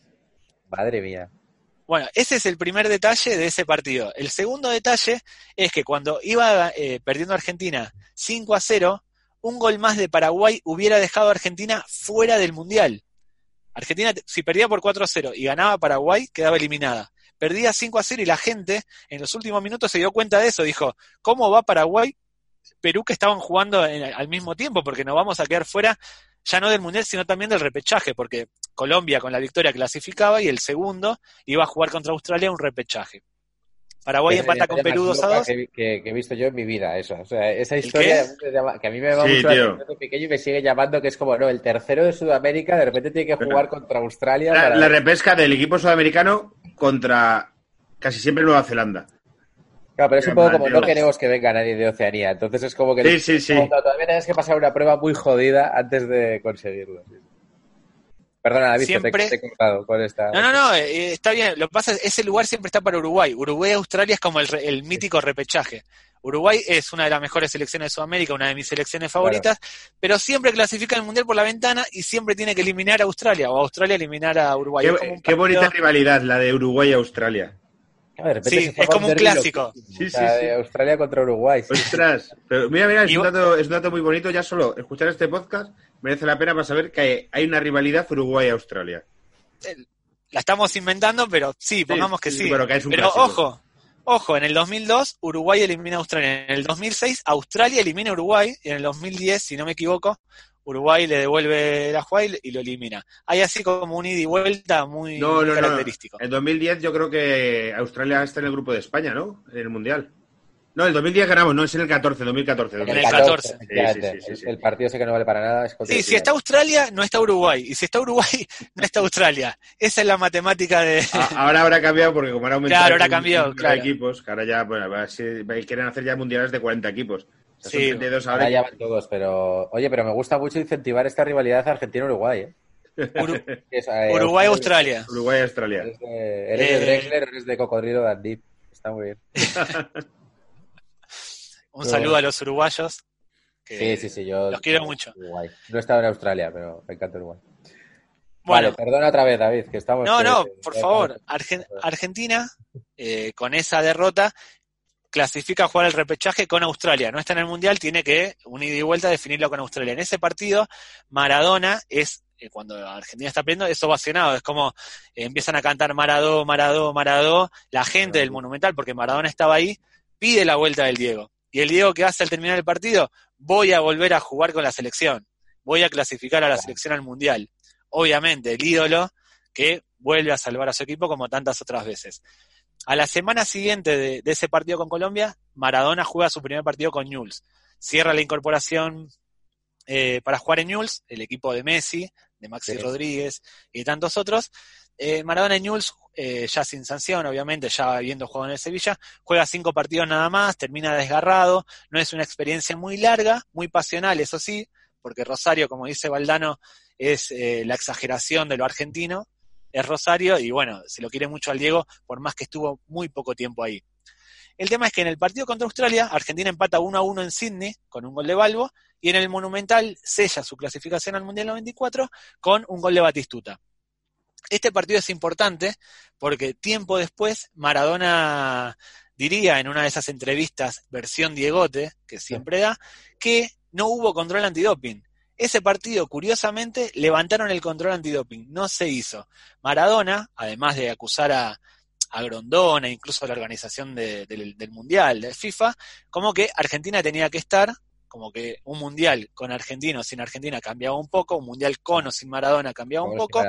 Madre mía. Bueno, ese es el primer detalle de ese partido. El segundo detalle es que cuando iba perdiendo Argentina 5-0, un gol más de Paraguay hubiera dejado a Argentina fuera del Mundial. Argentina, si perdía por 4-0 y ganaba Paraguay, quedaba eliminada. Perdía 5-0 y la gente en los últimos minutos se dio cuenta de eso. Dijo, ¿cómo va Paraguay? Perú, que estaban jugando al mismo tiempo, porque nos vamos a quedar fuera ya no del Mundial, sino también del repechaje, porque Colombia con la victoria clasificaba y el segundo iba a jugar contra Australia un repechaje. Paraguay empata con Perú 2-2. Que he visto yo en mi vida, eso. O sea, esa historia que a mí me va mucho desde pequeño y me sigue llamando, que es como, no, el tercero de Sudamérica de repente tiene que jugar contra Australia. La repesca del equipo sudamericano contra casi siempre Nueva Zelanda. Claro, pero es un poco como no queremos que venga nadie de Oceanía. Entonces es como que sí. todavía tienes que pasar una prueba muy jodida antes de conseguirlo. Perdona, David, siempre... te he cortado con esta... No, está bien. Lo que pasa es que ese lugar siempre está para Uruguay. Uruguay-Australia es como el mítico repechaje. Uruguay es una de las mejores selecciones de Sudamérica, una de mis selecciones favoritas, pero siempre clasifica el Mundial por la ventana y siempre tiene que eliminar a Australia, o Australia eliminar a Uruguay. Qué bonita rivalidad la de Uruguay y Australia. Sí, es como un clásico. Sí. Australia contra Uruguay. Sí. Ostras, pero mira, es un dato muy bonito. Ya solo escuchar este podcast merece la pena para saber que hay una rivalidad Uruguay-Australia. La estamos inventando, pero sí, pongamos que sí. Pero que es un pero clásico. ojo, en el 2002 Uruguay elimina a Australia. En el 2006 Australia elimina a Uruguay. Y en el 2010, si no me equivoco, Uruguay le devuelve la jugada y lo elimina. Hay así como un ida y vuelta muy característico. En 2010 yo creo que Australia está en el grupo de España, ¿no? En el Mundial. No, el 2010 ganamos, no, es en el 14, 2014. En el 14. Sí. El partido ese que no vale para nada. Si está Australia, no está Uruguay. Y si está Uruguay, no está Australia. Esa es la matemática de... Ahora habrá cambiado porque como ahora aumentado ahora cambió, equipos, que ahora ya, bueno, quieren hacer ya mundiales de 40 equipos. O sea, sí, son 32 ahora ya van todos, pero... Oye, pero me gusta mucho incentivar esta rivalidad Argentina-Uruguay, Uruguay-Australia. Uruguay-Australia. Eres de Drexler, eres de Cocodrilo Dandit. Está muy bien. Un saludo a los uruguayos. Sí, yo los quiero mucho. Uruguay. No he estado en Australia, pero me encanta Uruguay. Bueno, vale, perdona otra vez, David, que estamos... No, por favor. Argentina, con esa derrota, clasifica a jugar el repechaje con Australia. No está en el Mundial, tiene que, un ida y vuelta, definirlo con Australia. En ese partido, Maradona es... cuando Argentina está perdiendo, es ovacionado, es como empiezan a cantar Maradó, la gente del Monumental, porque Maradona estaba ahí, pide la vuelta del Diego. Y el Diego, ¿qué hace al terminar el partido? Voy a volver a jugar con la selección, voy a clasificar a la selección al Mundial. Obviamente, el ídolo que vuelve a salvar a su equipo como tantas otras veces. A la semana siguiente de ese partido con Colombia, Maradona juega su primer partido con Newell's. Cierra la incorporación para jugar en Newell's, el equipo de Messi, de Maxi Rodríguez y de tantos otros. Maradona en Newell's, ya sin sanción, obviamente, ya habiendo jugado en el Sevilla, juega 5 partidos nada más, termina desgarrado, no es una experiencia muy larga, muy pasional, eso sí, porque Rosario, como dice Valdano, es la exageración de lo argentino, es Rosario, y bueno, se lo quiere mucho al Diego, por más que estuvo muy poco tiempo ahí. El tema es que en el partido contra Australia, Argentina empata 1-1 en Sydney, con un gol de Balbo, y en el Monumental sella su clasificación al Mundial 94 con un gol de Batistuta. Este partido es importante porque tiempo después Maradona diría en una de esas entrevistas versión Diegote, que siempre da, que no hubo control antidoping. Ese partido, curiosamente, levantaron el control antidoping, no se hizo. Maradona, además de acusar a Grondona, incluso a la organización del Mundial, de FIFA, como que Argentina tenía que estar, como que un Mundial con argentinos sin Argentina cambiaba un poco, un Mundial con o sin Maradona cambiaba un poco.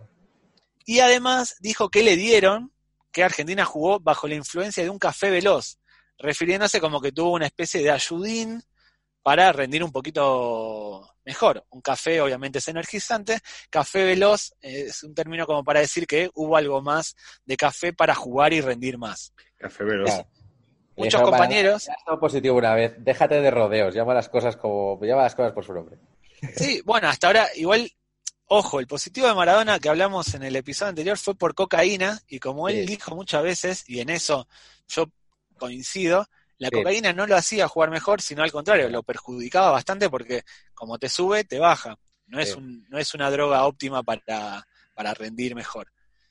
Y además dijo que le dieron que Argentina jugó bajo la influencia de un café veloz, refiriéndose como que tuvo una especie de ayudín para rendir un poquito mejor. Un café obviamente es energizante, café veloz es un término como para decir que hubo algo más de café para jugar y rendir más. Café veloz. Claro. Muchos compañeros... Ya ha estado positivo una vez, déjate de rodeos, llama las cosas por su nombre. Sí, bueno, hasta ahora igual... Ojo, el positivo de Maradona que hablamos en el episodio anterior fue por cocaína, y como él dijo muchas veces, y en eso yo coincido, la cocaína no lo hacía jugar mejor, sino al contrario, lo perjudicaba bastante porque como te sube, te baja. No es una droga óptima para rendir mejor.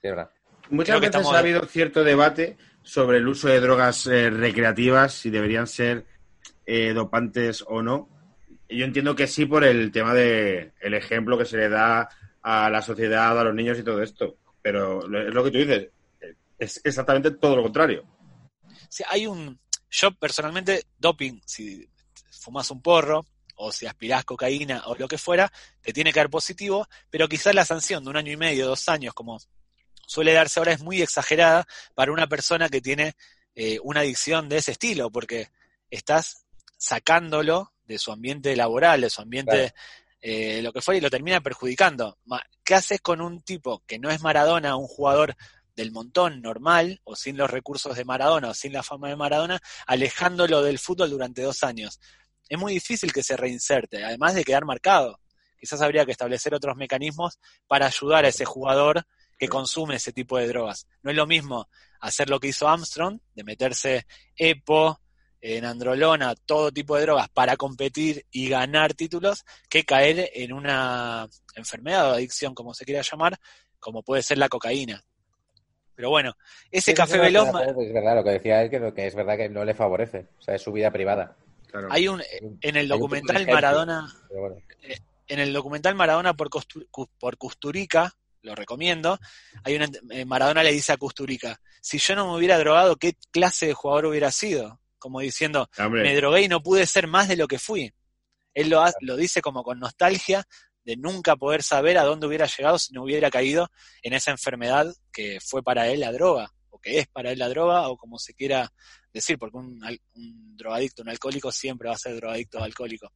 Muchas veces ha habido cierto debate sobre el uso de drogas recreativas, si deberían ser dopantes o no. Yo entiendo que sí, por el tema de el ejemplo que se le da a la sociedad, a los niños y todo esto. Pero es lo que tú dices, es exactamente todo lo contrario. Sí, yo personalmente, doping, si fumas un porro o si aspirás cocaína o lo que fuera, te tiene que dar positivo, pero quizás la sanción de 1 año y medio, 2 años, como suele darse ahora, es muy exagerada para una persona que tiene una adicción de ese estilo, porque estás sacándolo de su ambiente laboral, de su ambiente, lo que fuera, y lo termina perjudicando. ¿Qué haces con un tipo que no es Maradona, un jugador del montón normal, o sin los recursos de Maradona, o sin la fama de Maradona, alejándolo del fútbol durante 2 años? Es muy difícil que se reinserte, además de quedar marcado. Quizás habría que establecer otros mecanismos para ayudar a ese jugador que consume ese tipo de drogas. No es lo mismo hacer lo que hizo Armstrong, de meterse EPO, en androlona, todo tipo de drogas para competir y ganar títulos, que caer en una enfermedad o adicción, como se quiera llamar, como puede ser la cocaína. Pero bueno, ese café veloz... Es verdad lo que decía él, que es verdad que no le favorece, o sea, es su vida privada. Claro. Hay en el documental Maradona, bueno. En el documental Maradona por Kusturica, lo recomiendo, Maradona le dice a Kusturica, si yo no me hubiera drogado, ¿qué clase de jugador hubiera sido? Como diciendo, me drogué y no pude ser más de lo que fui. Él lo dice como con nostalgia de nunca poder saber a dónde hubiera llegado si no hubiera caído en esa enfermedad que fue para él la droga, o que es para él la droga, o como se quiera decir, porque un drogadicto, un alcohólico siempre va a ser drogadicto o alcohólico.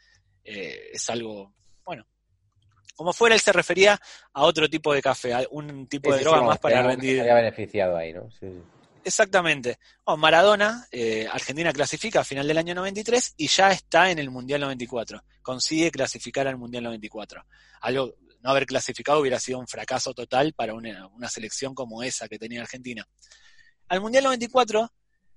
Es algo, bueno, como fuera, él se refería a otro tipo de café, a un tipo de droga más para rendir. Se había beneficiado ahí, ¿no? Sí. Exactamente. Bueno, Maradona, Argentina clasifica a final del año 93 y ya está en el Mundial 94. Consigue clasificar al Mundial 94. Algo, no haber clasificado hubiera sido un fracaso total para una selección como esa que tenía Argentina. Al Mundial 94,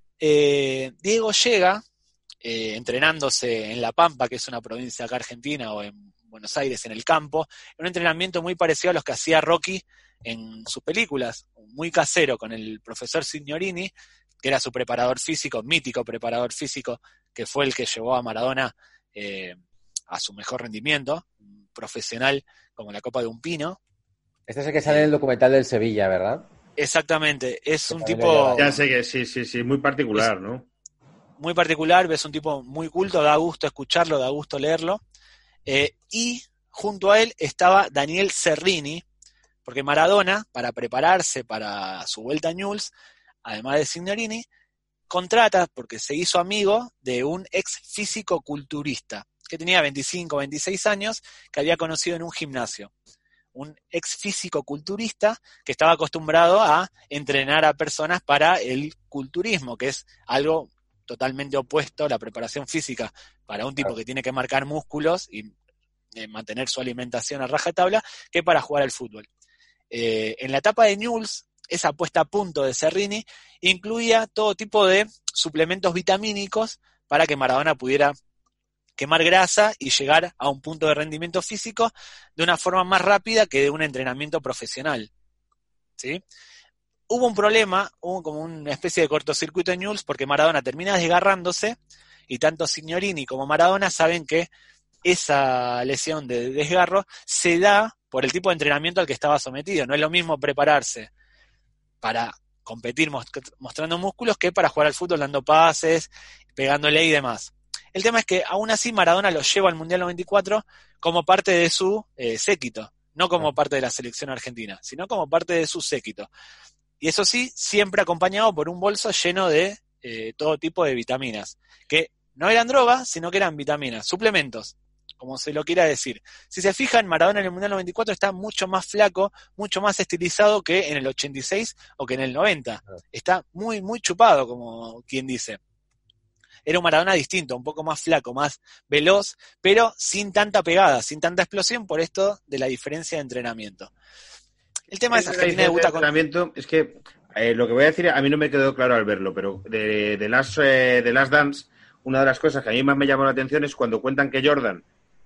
Diego llega entrenándose en La Pampa, que es una provincia acá argentina, o en Buenos Aires, en el campo, en un entrenamiento muy parecido a los que hacía Rocky en sus películas, muy casero, con el profesor Signorini, que era su preparador físico, mítico preparador físico, que fue el que llevó a Maradona a su mejor rendimiento, un profesional como la copa de un pino. Este es el que sale en el documental del Sevilla, ¿verdad? Exactamente, es un tipo... Ya sé que sí, muy particular, ¿no? Muy particular, es un tipo muy culto, da gusto escucharlo, da gusto leerlo. Y junto a él estaba Daniel Cerrini, porque Maradona, para prepararse para su vuelta a Newell's, además de Signorini, contrata, porque se hizo amigo de un ex físico-culturista, que tenía 25, 26 años, que había conocido en un gimnasio. Un ex físico-culturista que estaba acostumbrado a entrenar a personas para el culturismo, que es algo totalmente opuesto a la preparación física para un tipo que tiene que marcar músculos y mantener su alimentación a rajatabla, que para jugar al fútbol. En la etapa de Newell's, esa puesta a punto de Cerrini incluía todo tipo de suplementos vitamínicos para que Maradona pudiera quemar grasa y llegar a un punto de rendimiento físico de una forma más rápida que de un entrenamiento profesional, ¿sí? Hubo un problema, hubo como una especie de cortocircuito en Newell's porque Maradona termina desgarrándose y tanto Signorini como Maradona saben que esa lesión de desgarro se da por el tipo de entrenamiento al que estaba sometido. No es lo mismo prepararse para competir mostrando músculos que para jugar al fútbol dando pases, pegándole y demás. El tema es que aún así Maradona lo lleva al Mundial 94 como parte de su séquito, no como parte de la selección argentina, sino como parte de su séquito. Y eso sí, siempre acompañado por un bolso lleno de todo tipo de vitaminas, que no eran drogas, sino que eran vitaminas, suplementos, como se lo quiera decir. Si se fijan, Maradona en el Mundial 94 está mucho más flaco, mucho más estilizado que en el 86 o que en el 90. Está muy, muy chupado, como quien dice. Era un Maradona distinto, un poco más flaco, más veloz, pero sin tanta pegada, sin tanta explosión por esto de la diferencia de entrenamiento. El tema es Argentina debuta con... Es que lo que voy a decir a mí no me quedó claro al verlo, pero de Last Dance, una de las cosas que a mí más me llamó la atención es cuando cuentan que Jordan,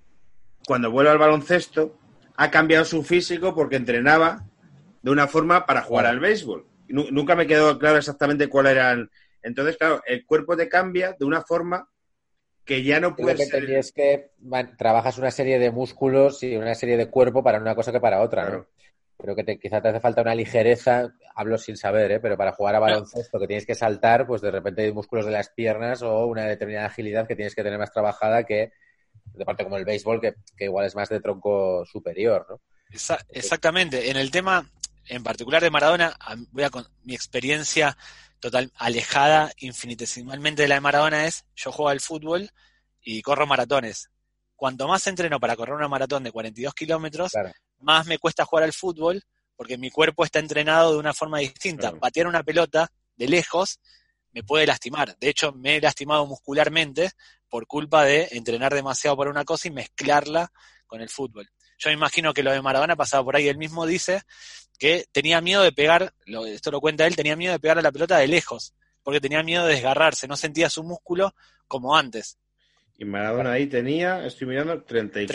cuando vuelve al baloncesto, ha cambiado su físico porque entrenaba de una forma para jugar al béisbol. Nunca me quedó claro exactamente cuáles eran. Entonces, claro, el cuerpo te cambia de una forma que ya no puedes... Lo que es que trabajas una serie de músculos y una serie de cuerpo para una cosa que para otra, claro. ¿no? Creo que quizá te hace falta una ligereza, hablo sin saber, pero para jugar a baloncesto que tienes que saltar, pues de repente hay músculos de las piernas o una determinada agilidad que tienes que tener más trabajada que de parte como el béisbol, que igual es más de tronco superior, ¿no? Exactamente. En el tema en particular de Maradona, voy a con mi experiencia total alejada infinitesimalmente de la de Maradona es, yo juego al fútbol y corro maratones. Cuanto más entreno para correr una maratón de 42 kilómetros, claro, más me cuesta jugar al fútbol, porque mi cuerpo está entrenado de una forma distinta. Claro. Patear una pelota de lejos me puede lastimar. De hecho, me he lastimado muscularmente por culpa de entrenar demasiado para una cosa y mezclarla con el fútbol. Yo me imagino que lo de Maradona pasaba por ahí. Él mismo dice que tenía miedo de pegar, esto lo cuenta él, tenía miedo de pegar a la pelota de lejos, porque tenía miedo de desgarrarse, no sentía su músculo como antes. Y Maradona ahí tenía, estoy mirando,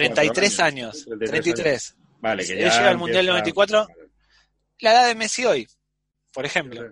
33 años. 33. Vale, que ya él llega al Mundial 94, vale, la edad de Messi hoy, por ejemplo.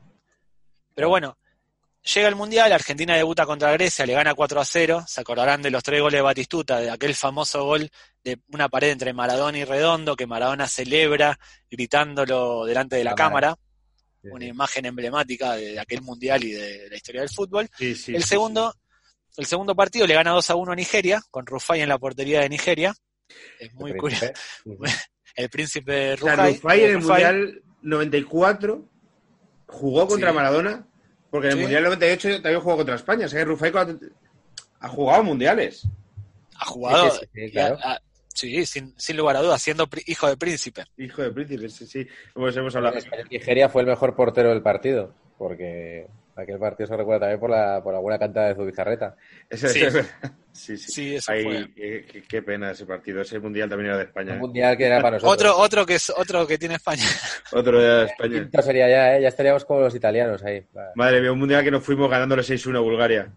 Pero bueno, llega el Mundial, Argentina debuta contra Grecia, le gana 4-0, se acordarán de los 3 goles de Batistuta, de aquel famoso gol de una pared entre Maradona y Redondo, que Maradona celebra gritándolo delante de la cámara. Una imagen emblemática de aquel Mundial y de la historia del fútbol. Sí, el segundo El segundo partido le gana 2-1 a Nigeria, con Rufai en la portería de Nigeria. Es muy curioso. El príncipe Rufai. O sea, Rufai en el Mundial 94 jugó contra Maradona, porque en el Mundial 98 también jugó contra España. O sea que Rufai ha jugado mundiales. Ha jugado, claro. sí, sin lugar a dudas, siendo hijo de príncipe. Hijo de príncipe, sí. Pues hemos hablado. Nigeria fue el mejor portero del partido, porque aquel partido se recuerda también por la buena cantada de Zubizarreta. Sí, eso fue. Qué pena ese partido. Ese mundial también era de España. Un mundial que era para nosotros. Otro que tiene España. Otro de España. Quinto sería ya estaríamos como los italianos ahí. Madre mía, un mundial que nos fuimos ganándole 6-1 a Bulgaria.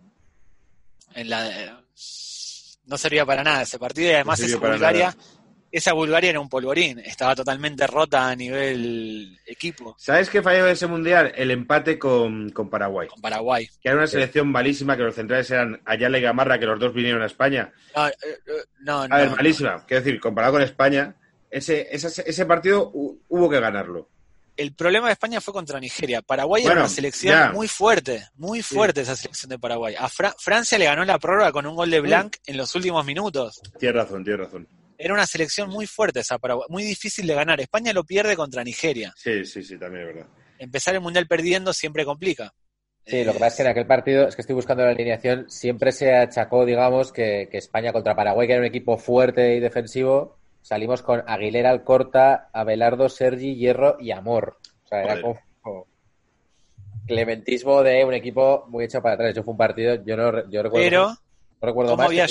No servía para nada ese partido y además esa Bulgaria era un polvorín, estaba totalmente rota a nivel equipo. ¿Sabes qué falló de ese mundial? El empate con Paraguay. Con Paraguay. Que era una selección malísima, que los centrales eran Ayala y Gamarra, que los dos vinieron a España. No. Malísima. Quiero decir, comparado con España, ese partido hubo que ganarlo. El problema de España fue contra Nigeria. Paraguay era una selección muy fuerte esa selección de Paraguay. A Francia le ganó la prórroga con un gol de Blanc en los últimos minutos. Tienes razón. Era una selección muy fuerte esa Paraguay, muy difícil de ganar. España lo pierde contra Nigeria. Sí, también es verdad. Empezar el Mundial perdiendo siempre complica. Sí, lo que pasa es que en aquel partido, es que estoy buscando la alineación, siempre se achacó, digamos, que España contra Paraguay, que era un equipo fuerte y defensivo, salimos con Aguilera, Alcorta, Abelardo, Sergi, Hierro y Amor. O sea, era como clementismo de un equipo muy hecho para atrás. Yo fue un partido, yo recuerdo. Pero, no recuerdo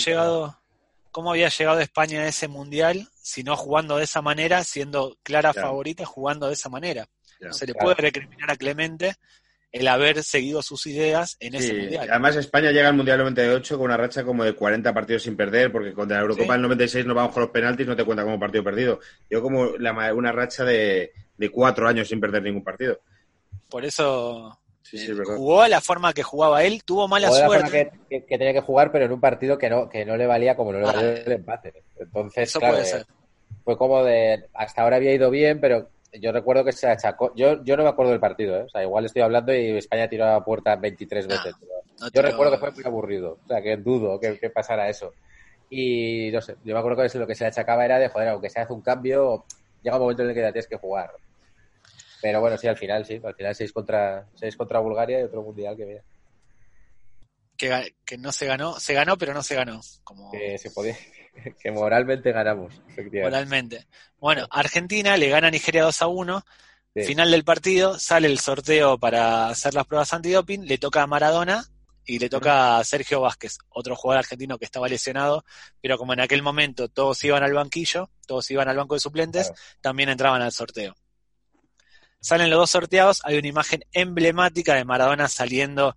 ¿cómo había llegado España a ese mundial si no jugando de esa manera, siendo clara favorita, jugando de esa manera? No se le puede recriminar a Clemente el haber seguido sus ideas en ese mundial. Además, España llega al Mundial 98 con una racha como de 40 partidos sin perder, porque contra la Eurocopa del 96 no vamos con los penaltis, no te cuenta como partido perdido. Yo como una racha de 4 años sin perder ningún partido. Por eso verdad. Jugó a la forma que jugaba él, tuvo mala suerte. Que tenía que jugar, pero en un partido que no le valía como no le valía el empate. Entonces, eso claro, puede ser. Fue como de, hasta ahora había ido bien, pero yo recuerdo que se achacó. Yo no me acuerdo del partido, ¿eh? O sea, igual estoy hablando y España tiró a la puerta 23 veces. Yo recuerdo que fue muy aburrido. O sea, que dudo que pasara eso. Y no sé, yo me acuerdo que lo que se le achacaba era de, joder, aunque se hace un cambio, llega un momento en el que ya tienes que jugar. Pero bueno, sí, al final 6 contra Bulgaria y otro mundial que mira. Que no se ganó, pero no se ganó. Que se podía, que moralmente ganamos, efectivamente. Moralmente. Bueno, Argentina le gana a Nigeria 2-1. Sí. Final del partido, sale el sorteo para hacer las pruebas antidoping, le toca a Maradona y le toca a Sergio Vázquez, otro jugador argentino que estaba lesionado, pero como en aquel momento todos iban al banquillo, todos iban al banco de suplentes, también entraban al sorteo. Salen los dos sorteados, hay una imagen emblemática de Maradona saliendo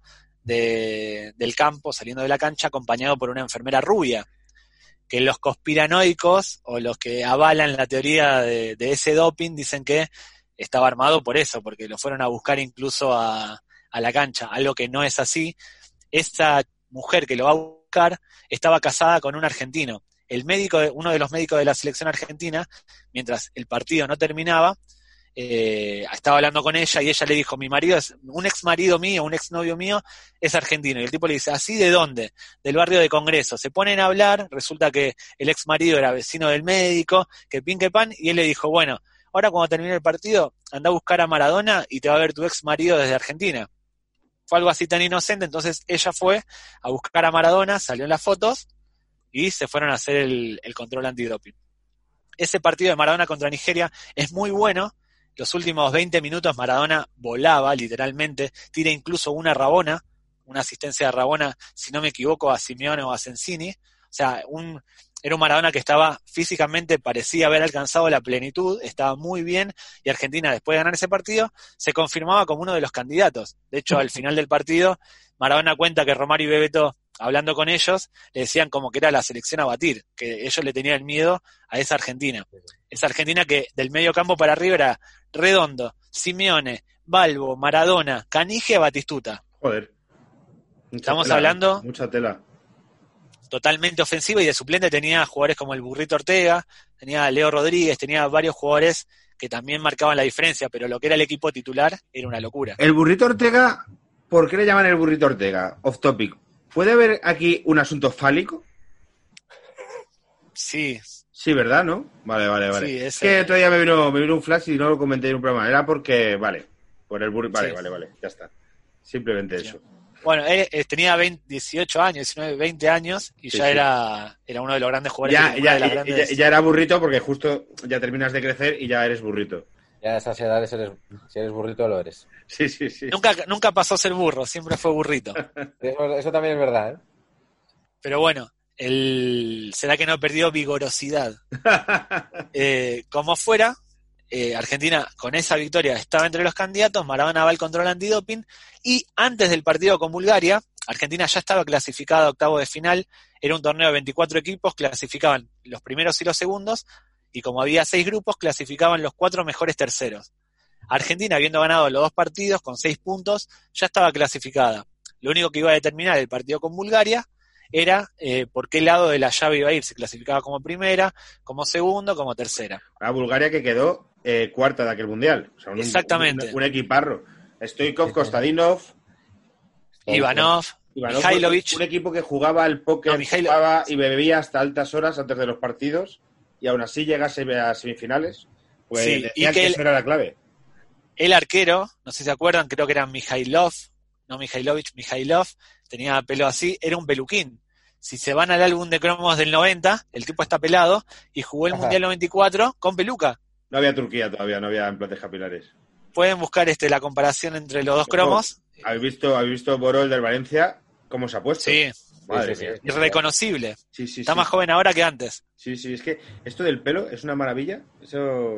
del campo, saliendo de la cancha, acompañado por una enfermera rubia, que los conspiranoicos o los que avalan la teoría de ese doping dicen que estaba armado por eso, porque lo fueron a buscar incluso a la cancha, algo que no es así. Esta mujer que lo va a buscar estaba casada con un argentino. Uno de los médicos de la selección argentina, mientras el partido no terminaba, estaba hablando con ella y ella le dijo, mi marido es un ex marido mío, un ex novio mío es argentino, y el tipo le dice, ¿así de dónde? Del barrio de Congreso. Se ponen a hablar, resulta que el ex marido era vecino del médico, que pin que pan, y él le dijo, bueno, ahora cuando termine el partido anda a buscar a Maradona y te va a ver tu ex marido desde Argentina. Fue algo así tan inocente, entonces ella fue a buscar a Maradona, salió en las fotos y se fueron a hacer el control antidoping. Ese partido de Maradona contra Nigeria es muy bueno. Los últimos 20 minutos Maradona volaba, literalmente, tira incluso una asistencia de Rabona, si no me equivoco, a Simeone o a Sensini. O sea, era un Maradona que estaba físicamente, parecía haber alcanzado la plenitud, estaba muy bien, y Argentina, después de ganar ese partido, se confirmaba como uno de los candidatos. De hecho, al final del partido, Maradona cuenta que Romario y Bebeto, hablando con ellos, le decían como que era la selección a batir, que ellos le tenían miedo a esa Argentina. Esa Argentina que del medio campo para arriba era Redondo, Simeone, Balbo, Maradona, Canigia, Batistuta. Joder. Estamos hablando... Mucha tela. Totalmente ofensiva, y de suplente tenía jugadores como el Burrito Ortega, tenía a Leo Rodríguez, tenía varios jugadores que también marcaban la diferencia, pero lo que era el equipo titular era una locura. El Burrito Ortega, ¿por qué le llaman el Burrito Ortega? Off topic. ¿Puede haber aquí un asunto fálico? Sí. Sí, ¿verdad? ¿No? Vale. Sí, es que otro día me vino un flash y no lo comenté en un programa. Era porque, por el burrito. Vale, Sí. ya está. Simplemente Sí. eso. Bueno, tenía 18 años, 19, 20 años y Sí, ya sí. Era uno de los grandes jugadores. Ya era burrito porque justo ya terminas de crecer y ya eres burrito. Ya a esas edades, si eres burrito, lo eres. Sí. Nunca pasó a ser burro, siempre fue burrito. Eso también es verdad, ¿eh? Pero bueno, será que no perdió vigorosidad. Como fuera, Argentina con esa victoria estaba entre los candidatos, Maradona va al control antidoping y antes del partido con Bulgaria, Argentina ya estaba clasificada a octavos de final, era un torneo de 24 equipos, clasificaban los primeros y los segundos y como había 6 grupos, clasificaban los 4 mejores terceros. Argentina, habiendo ganado los 2 partidos con 6 puntos, ya estaba clasificada. Lo único que iba a determinar el partido con Bulgaria era por qué lado de la llave iba a ir, si clasificaba como primera, como segundo, como tercera. A Bulgaria que quedó cuarta de aquel mundial. O sea, Exactamente. Un equiparro. Stoichkov, Kostadinov, Ivanov, Mihailovic. Un equipo que jugaba al póker, jugaba y bebía hasta altas horas antes de los partidos y aún así llegase a semifinales. Pues sí, decían y que eso era la clave. El arquero, no sé si se acuerdan, creo que era Mijailov, tenía pelo así, era un peluquín. Si se van al álbum de cromos del 90, el tipo está pelado y jugó el Mundial 94 con peluca. No había Turquía todavía, no había implantes capilares. Pueden buscar la comparación entre los dos cromos. ¿Habéis visto Borol del Valencia? ¿Cómo se ha puesto? Sí. Madre mía. Irreconocible. Sí. Está más joven ahora que antes. Sí, es que esto del pelo es una maravilla. Eso...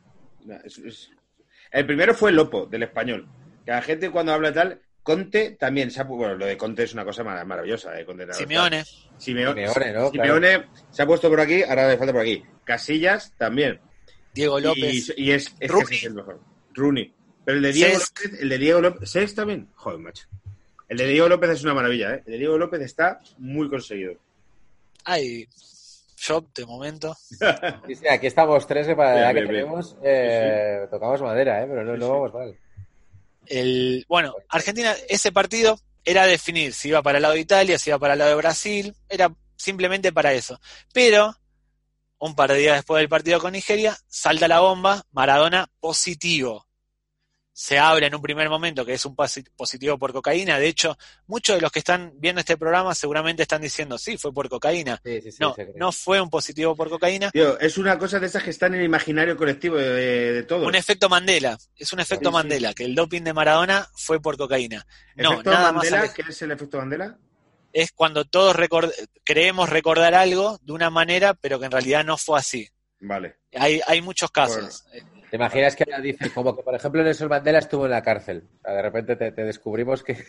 El primero fue Lopo, del Español. Que la gente cuando habla de tal... Conte también, bueno, lo de Conte es una cosa maravillosa. Simeone, ¿no? Simeone se ha puesto por aquí, ahora le falta por aquí. Casillas también. Diego López. Y es que es el mejor. Rooney. Pero el de Diego López, ¿Cés también? Joder, macho. El de Diego López es una maravilla, ¿eh? El de Diego López está muy conseguido. Ay, yo de momento. Sí, aquí estamos 3 que para la edad que tenemos tocamos madera, pero no vamos mal. Bueno, Argentina, ese partido era definir si iba para el lado de Italia, si iba para el lado de Brasil, era simplemente para eso. Pero, un par de días después del partido con Nigeria, salta la bomba, Maradona positivo. Se habla en un primer momento que es un positivo por cocaína. De hecho, muchos de los que están viendo este programa seguramente están diciendo, sí, fue por cocaína. Sí, no fue un positivo por cocaína. Tío, es una cosa de esas que está en el imaginario colectivo de todos. Un efecto Mandela. Es un efecto Mandela, que el doping de Maradona fue por cocaína. ¿Efecto nada Mandela? más. ¿Qué es el efecto Mandela? Es cuando todos creemos recordar algo de una manera, pero que en realidad no fue así. Vale. Hay muchos casos. Bueno. ¿Te imaginas que ahora dice, como que por ejemplo Nelson Mandela estuvo en la cárcel? O sea, de repente te descubrimos que...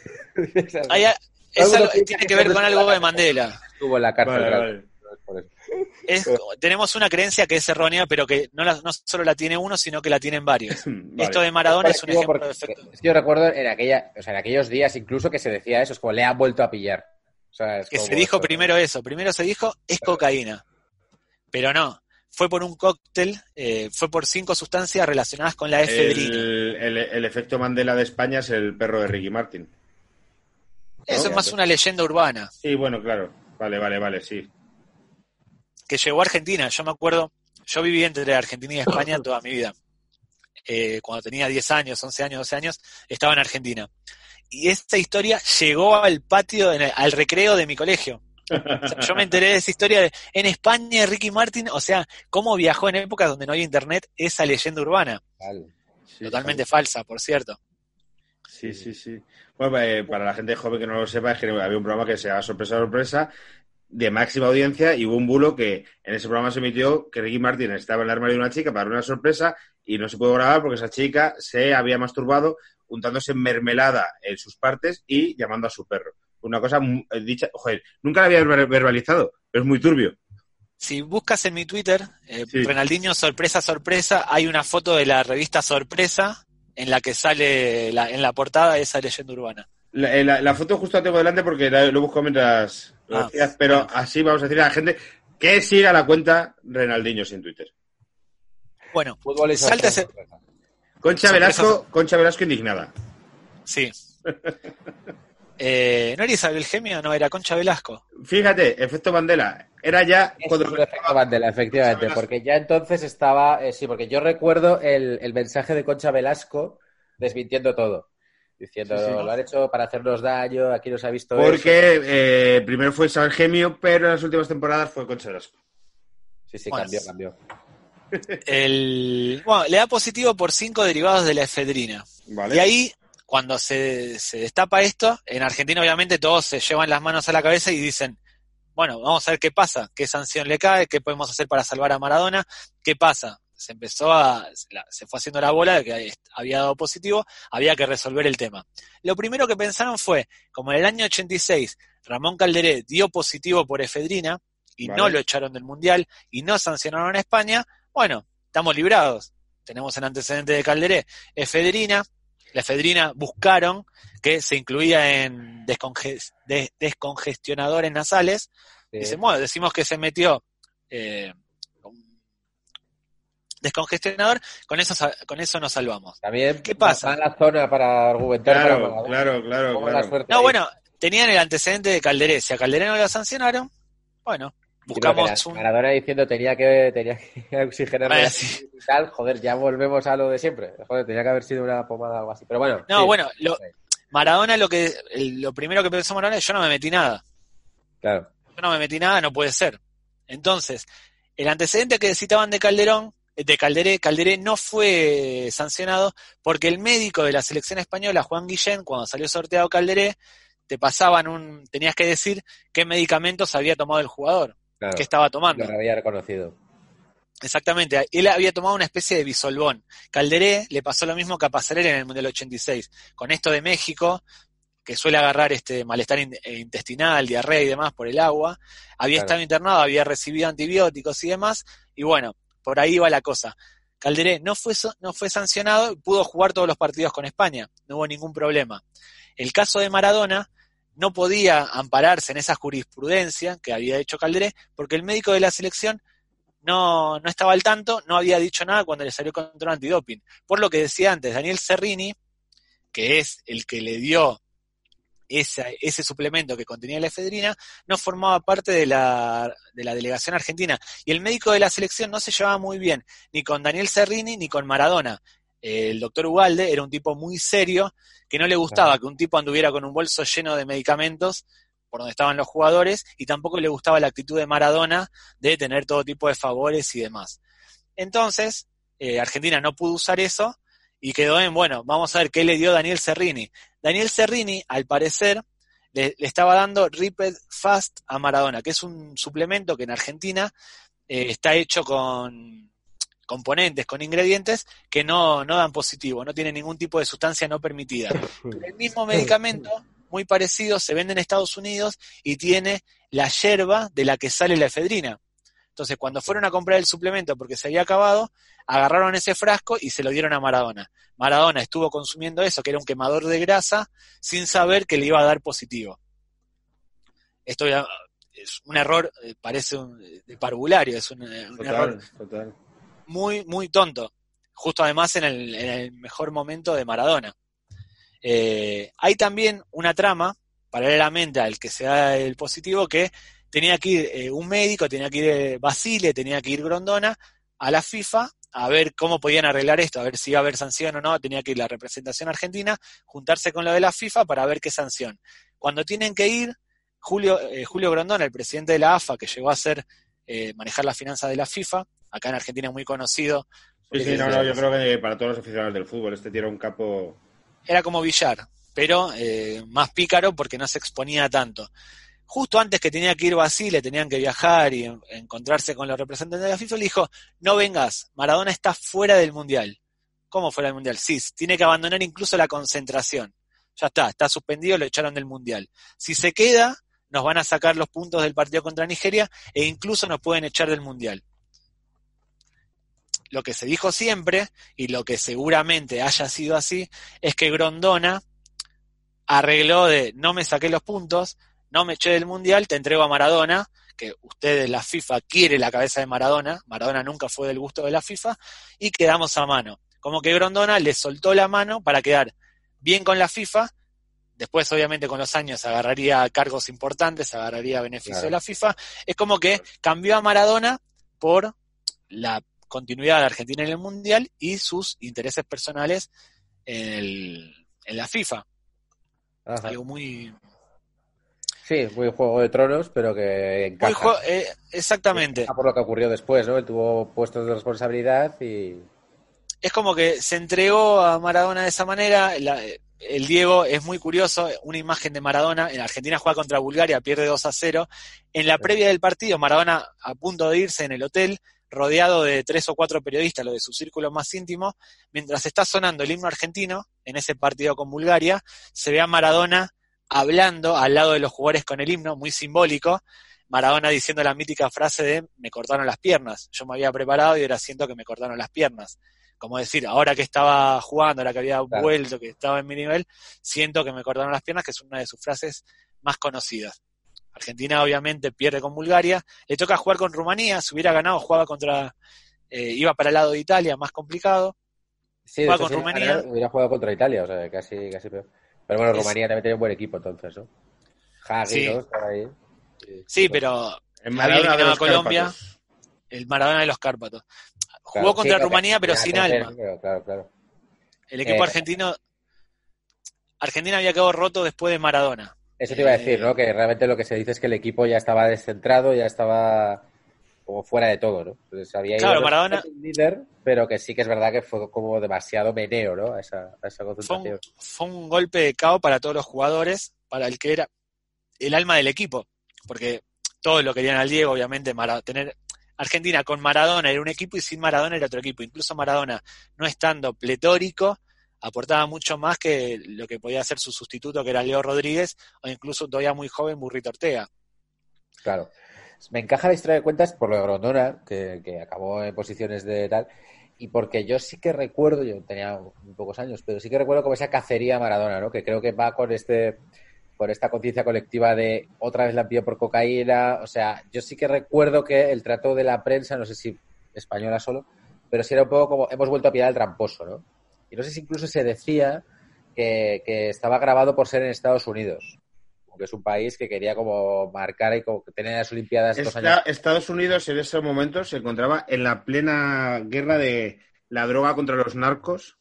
Tiene que ver con algo de Mandela. Estuvo en la cárcel. Vale. Por eso. Tenemos una creencia que es errónea, pero que no solo la tiene uno, sino que la tienen varios. Vale. Esto de Maradona es un ejemplo de efecto. Es que yo recuerdo en aquellos días incluso que se decía eso, es como le han vuelto a pillar. O sea, es que como, se dijo primero eso. Primero se dijo, es cocaína. Pero no. Fue por un cóctel, fue por 5 sustancias relacionadas con la efedrina. El efecto Mandela de España es el perro de Ricky Martin. Eso es más una leyenda urbana. Sí, bueno, claro. Vale, sí. Que llegó a Argentina. Yo me acuerdo, yo viví entre Argentina y España toda mi vida. Cuando tenía 10 años, 11 años, 12 años, estaba en Argentina. Y esta historia llegó al patio, al recreo de mi colegio. O sea, yo me enteré de esa historia en España, Ricky Martin, o sea, cómo viajó en épocas donde no había internet esa leyenda urbana. Totalmente falsa, por cierto. Sí. Bueno, para la gente joven que no lo sepa, es que había un programa que se llama Sorpresa, de máxima audiencia, y hubo un bulo que en ese programa se emitió que Ricky Martin estaba en el armario de una chica para una sorpresa y no se pudo grabar porque esa chica se había masturbado untándose mermelada en sus partes y llamando a su perro. Una cosa dicha, joder, nunca la había verbalizado, pero es muy turbio. Si buscas en mi Twitter, Renaldinho sorpresa, hay una foto de la revista Sorpresa en la que sale en la portada esa leyenda urbana. La foto justo la tengo delante porque lo busco mientras lo decías, pero así vamos a decir a la gente que siga la cuenta Renaldinho en Twitter. Bueno, salta ese... Concha Velasco indignada. Sí. ¿No era Isabel Gemio? No, era Concha Velasco. Fíjate, efecto Mandela. Era ya cuando... el efecto Mandela, efectivamente, porque ya entonces estaba... sí, porque yo recuerdo el mensaje de Concha Velasco desmintiendo todo. Diciendo, sí, lo han hecho para hacernos daño, aquí nos ha visto porque primero fue Isabel Gemio, pero en las últimas temporadas fue Concha Velasco. Sí, bueno, cambió. Bueno, le da positivo por 5 derivados de la efedrina. Vale. Y ahí, cuando se destapa esto, en Argentina obviamente todos se llevan las manos a la cabeza y dicen, bueno, vamos a ver qué pasa, qué sanción le cae, qué podemos hacer para salvar a Maradona, qué pasa. Se fue haciendo la bola de que había dado positivo, había que resolver el tema. Lo primero que pensaron fue, como en el año 86 Ramón Calderé dio positivo por efedrina y no lo echaron del Mundial y no sancionaron a España, bueno, estamos librados. Tenemos el antecedente de Calderé. La efedrina buscaron que se incluía en descongestionadores nasales. Sí. Dicen, bueno, decimos que se metió descongestionador, con eso nos salvamos. También ¿qué pasa? Va a la zona para argumentar. Claro. No, bueno, tenían el antecedente de Calderé. Si a Calderé no lo sancionaron, bueno, buscamos Maradona diciendo tenía que oxigenar y tal, joder, ya volvemos a lo de siempre. Joder, tenía que haber sido una pomada o algo así. Pero bueno. No, sí, bueno, Maradona lo primero que pensó Maradona es yo no me metí nada. Claro. Yo no me metí nada, no puede ser. Entonces, el antecedente que citaban de Calderé no fue sancionado porque el médico de la selección española, Juan Guillén, cuando salió sorteado Calderé, tenías que decir qué medicamentos había tomado el jugador, qué estaba tomando. Lo había reconocido. Exactamente, él había tomado una especie de bisolbón. Calderé le pasó lo mismo que a Pasarela en el Mundial 86. Con esto de México, que suele agarrar malestar intestinal, diarrea y demás por el agua, había estado internado, había recibido antibióticos y demás, y bueno, por ahí va la cosa. Calderé no fue sancionado y pudo jugar todos los partidos con España, no hubo ningún problema. El caso de Maradona no podía ampararse en esa jurisprudencia que había hecho Calderé, porque el médico de la selección no estaba al tanto, no había dicho nada cuando le salió control antidoping. Por lo que decía antes, Daniel Cerrini, que es el que le dio ese suplemento que contenía la efedrina, no formaba parte de la delegación argentina. Y el médico de la selección no se llevaba muy bien, ni con Daniel Cerrini ni con Maradona. El doctor Ugalde era un tipo muy serio, que no le gustaba que un tipo anduviera con un bolso lleno de medicamentos por donde estaban los jugadores, y tampoco le gustaba la actitud de Maradona de tener todo tipo de favores y demás. Entonces, Argentina no pudo usar eso, y quedó en, bueno, vamos a ver qué le dio Daniel Cerrini. Daniel Cerrini, al parecer, le estaba dando Riped Fast a Maradona, que es un suplemento que en Argentina está hecho con componentes, con ingredientes que no dan positivo, no tiene ningún tipo de sustancia no permitida. El mismo medicamento, muy parecido, se vende en Estados Unidos y tiene la yerba de la que sale la efedrina. Entonces, cuando fueron a comprar el suplemento porque se había acabado, agarraron ese frasco y se lo dieron a Maradona. Maradona estuvo consumiendo eso, que era un quemador de grasa, sin saber que le iba a dar positivo. Esto es un error, parece de parvulario, es un error muy, muy tonto. Justo además en el mejor momento de Maradona. Hay también una trama, paralelamente al que se da el positivo, que tenía que ir un médico, tenía que ir Basile, tenía que ir Grondona a la FIFA a ver cómo podían arreglar esto, a ver si iba a haber sanción o no, tenía que ir la representación argentina, juntarse con lo de la FIFA para ver qué sanción. Cuando tienen que ir, Julio Grondona, el presidente de la AFA, que llegó a manejar las finanzas de la FIFA, acá en Argentina muy conocido. Sí, yo creo que para todos los aficionados del fútbol, este tío era un capo. Era como Villar, pero más pícaro porque no se exponía tanto. Justo antes que tenía que ir Basile, tenían que viajar y encontrarse con los representantes de la FIFA, le dijo, no vengas, Maradona está fuera del Mundial. ¿Cómo fuera del Mundial? Sí, tiene que abandonar incluso la concentración. Ya está suspendido, lo echaron del Mundial. Si se queda, nos van a sacar los puntos del partido contra Nigeria e incluso nos pueden echar del Mundial. Lo que se dijo siempre, y lo que seguramente haya sido así, es que Grondona arregló de no me saqué los puntos, no me eché del Mundial, te entrego a Maradona, que ustedes, la FIFA, quiere la cabeza de Maradona nunca fue del gusto de la FIFA, y quedamos a mano. Como que Grondona le soltó la mano para quedar bien con la FIFA, después obviamente con los años agarraría cargos importantes, agarraría beneficio de la FIFA. Es como que cambió a Maradona por la continuidad de Argentina en el Mundial y sus intereses personales en la FIFA. Ajá. Algo muy... Sí, muy Juego de Tronos, pero que encaja. Exactamente. Encaja por lo que ocurrió después, ¿no? Él tuvo puestos de responsabilidad y... Es como que se entregó a Maradona de esa manera. El Diego es muy curioso, una imagen de Maradona, en Argentina juega contra Bulgaria, pierde 2-0. En la previa del partido, Maradona a punto de irse en el hotel, rodeado de 3 o 4 periodistas, lo de su círculo más íntimo, mientras está sonando el himno argentino, en ese partido con Bulgaria, se ve a Maradona hablando al lado de los jugadores con el himno, muy simbólico, Maradona diciendo la mítica frase de me cortaron las piernas, yo me había preparado y ahora siento que me cortaron las piernas. Como decir, ahora que estaba jugando, ahora que había vuelto, que estaba en mi nivel, siento que me cortaron las piernas, que es una de sus frases más conocidas. Argentina obviamente pierde con Bulgaria, le toca jugar con Rumanía, si hubiera ganado jugaba iba para el lado de Italia, más complicado. Sí, juega con Rumanía. Hubiera jugado contra Italia, o sea, casi peor. Pero bueno, Rumanía también tiene un buen equipo entonces, ¿no? Hagi, sí. ¿no? Estaba ahí. Sí, pero había eliminado a Colombia, el Maradona de los Cárpatos. Jugó contra Rumanía, pero sin alma. Claro. El equipo argentino... Argentina había quedado roto después de Maradona. Eso te iba a decir, ¿no? Que realmente lo que se dice es que el equipo ya estaba descentrado, ya estaba como fuera de todo, ¿no? Entonces había ido Maradona... líder, pero que sí que es verdad que fue como demasiado meneo, ¿no? A esa concentración. Fue un golpe de caos para todos los jugadores, para el que era el alma del equipo, porque todos lo querían al Diego, obviamente, tener Argentina con Maradona era un equipo y sin Maradona era otro equipo. Incluso Maradona, no estando pletórico, aportaba mucho más que lo que podía hacer su sustituto, que era Leo Rodríguez, o incluso todavía muy joven, Burrito Ortega. Claro. Me encaja la historia de cuentas por lo de Grondona, que acabó en posiciones de tal, y porque yo sí que recuerdo, yo tenía muy pocos años, pero sí que recuerdo como esa cacería a Maradona, ¿no? Que creo que va con esta conciencia colectiva de otra vez la pilló por cocaína. O sea, yo sí que recuerdo que el trato de la prensa, no sé si española solo, pero sí era un poco como hemos vuelto a pillar al tramposo, ¿no? Y no sé si incluso se decía que estaba grabado por ser en Estados Unidos, que es un país que quería como marcar y como tener las Olimpiadas 2 años. Estados Unidos en ese momento se encontraba en la plena guerra de la droga contra los narcos.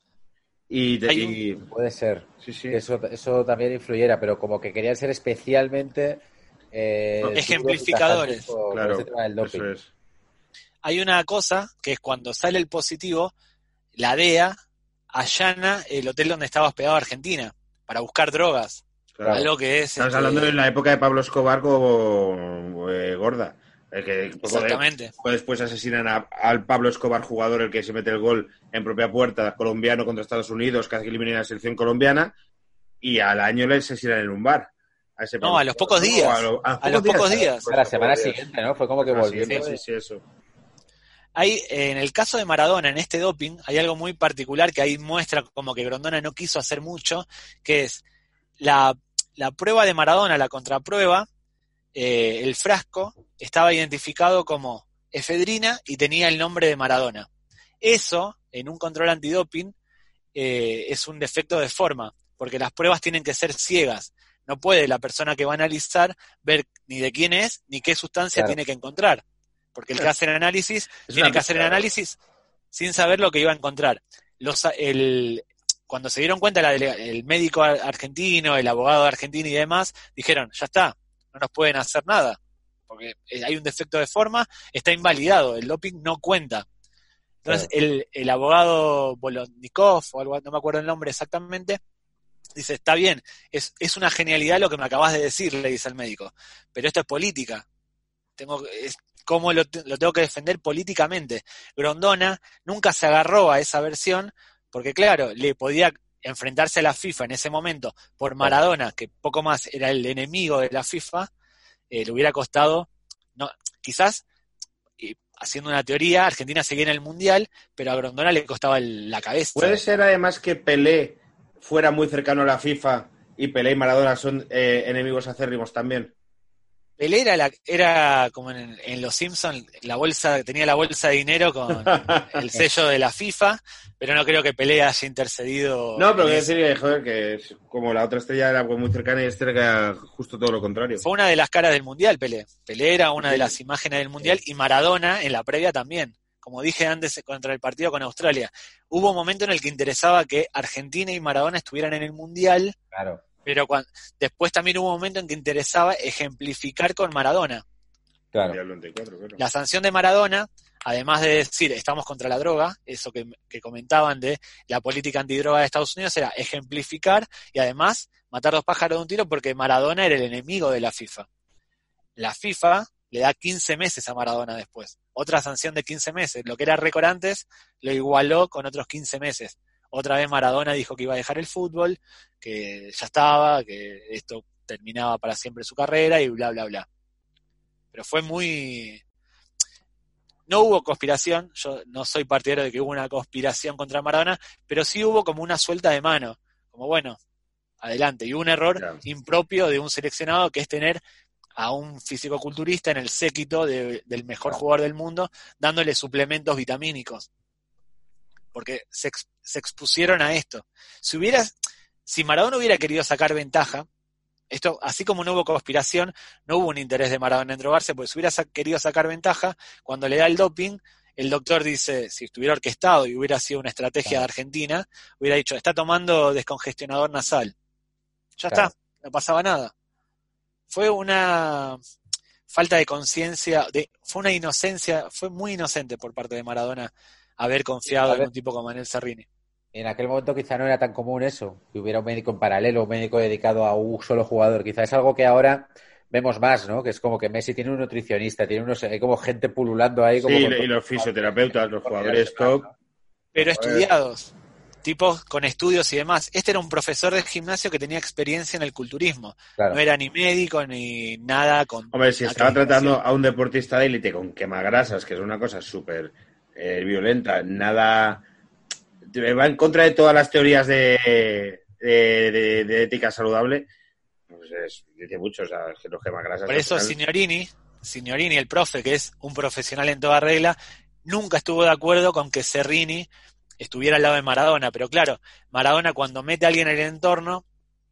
Puede ser. Sí. Eso también influyera, pero como que querían ser especialmente ejemplificadores. Claro, este tema del doping. eso es. Hay una cosa que es cuando sale el positivo, la DEA allana el hotel donde estaba hospedado Argentina para buscar drogas. Claro. Algo que es... Estamos hablando de la época de Pablo Escobar con Gorda. Que exactamente. Después asesinan al Pablo Escobar, jugador, el que se mete el gol en propia puerta, colombiano contra Estados Unidos, que hace que eliminen a la selección colombiana, y al año le asesinan en un bar. A los pocos días. A los pocos días. A la semana siguiente, ¿no? Fue como que volvió. Sí, eso. Hay, en el caso de Maradona, en este doping, hay algo muy particular que ahí muestra como que Grondona no quiso hacer mucho, que es la prueba de Maradona, la contraprueba, el frasco estaba identificado como efedrina y tenía el nombre de Maradona. Eso, en un control antidoping, es un defecto de forma, porque las pruebas tienen que ser ciegas. No puede la persona que va a analizar ver ni de quién es, ni qué sustancia tiene que encontrar. Porque el que hace el análisis tiene que hacer el análisis sin saber lo que iba a encontrar. Cuando se dieron cuenta el médico argentino, el abogado argentino y demás, dijeron, ya está, no nos pueden hacer nada, porque hay un defecto de forma, está invalidado, el doping no cuenta. Entonces el abogado Bolotnikov, o algo, no me acuerdo el nombre exactamente, dice, está bien, es una genialidad lo que me acabas de decir, le dice al médico, pero esto es política. ¿Cómo lo tengo que defender políticamente? Grondona nunca se agarró a esa versión, porque claro, le podía enfrentarse a la FIFA en ese momento por Maradona, que poco más era el enemigo de la FIFA, le hubiera costado, no, quizás, haciendo una teoría, Argentina seguía en el Mundial, pero a Grondona le costaba la cabeza. ¿Puede ser además que Pelé fuera muy cercano a la FIFA y Pelé y Maradona son enemigos acérrimos también? Pelé era como en Los Simpsons, tenía la bolsa de dinero con el sello de la FIFA, pero no creo que Pelé haya intercedido. No, pero quiero decir que, joder, que es como la otra estrella era muy cercana y este era justo todo lo contrario. Fue una de las caras del Mundial, Pelé. Pelé era una de las imágenes del Mundial y Maradona en la previa también. Como dije antes contra el partido con Australia, hubo un momento en el que interesaba que Argentina y Maradona estuvieran en el Mundial. Claro. Pero después también hubo un momento en que interesaba ejemplificar con Maradona. Claro. La sanción de Maradona, además de decir estamos contra la droga, eso que comentaban de la política antidroga de Estados Unidos, era ejemplificar y además matar dos pájaros de un tiro porque Maradona era el enemigo de la FIFA. La FIFA le da 15 meses a Maradona después. Otra sanción de 15 meses. Lo que era récord antes lo igualó con otros 15 meses. Otra vez Maradona dijo que iba a dejar el fútbol, que ya estaba, que esto terminaba para siempre su carrera y bla, bla, bla. Pero fue muy... No hubo conspiración, yo no soy partidario de que hubo una conspiración contra Maradona, pero sí hubo como una suelta de mano, como bueno, adelante. Y hubo un error impropio de un seleccionado que es tener a un fisicoculturista en el séquito del mejor jugador del mundo, dándole suplementos vitamínicos. Porque se expusieron a esto. Si Maradona hubiera querido sacar ventaja, esto, así como no hubo conspiración, no hubo un interés de Maradona en drogarse, porque si hubiera querido sacar ventaja, cuando le da el doping, el doctor dice, si estuviera orquestado y hubiera sido una estrategia de Argentina, hubiera dicho, está tomando descongestionador nasal. Ya está, no pasaba nada. Fue una falta de conciencia, fue una inocencia, fue muy inocente por parte de Maradona haber confiado en un tipo como Manel Serrini. En aquel momento quizá no era tan común eso, que hubiera un médico en paralelo, un médico dedicado a un solo jugador. Quizá es algo que ahora vemos más, ¿no? Que es como que Messi tiene un nutricionista, hay como gente pululando ahí. Como sí, y los fisioterapeutas, los jugadores top. Pero estudiados, tipos con estudios y demás. Este era un profesor de gimnasio que tenía experiencia en el culturismo. Claro. No era ni médico ni nada con... Hombre, si estaba tratando a un deportista de élite con quemagrasas, que es una cosa súper violenta, nada... va en contra de todas las teorías de ética saludable, pues dice mucho, o sea, que los quemagrasas... Por eso Signorini, el profe, que es un profesional en toda regla, nunca estuvo de acuerdo con que Serrini estuviera al lado de Maradona, pero claro, Maradona cuando mete a alguien en el entorno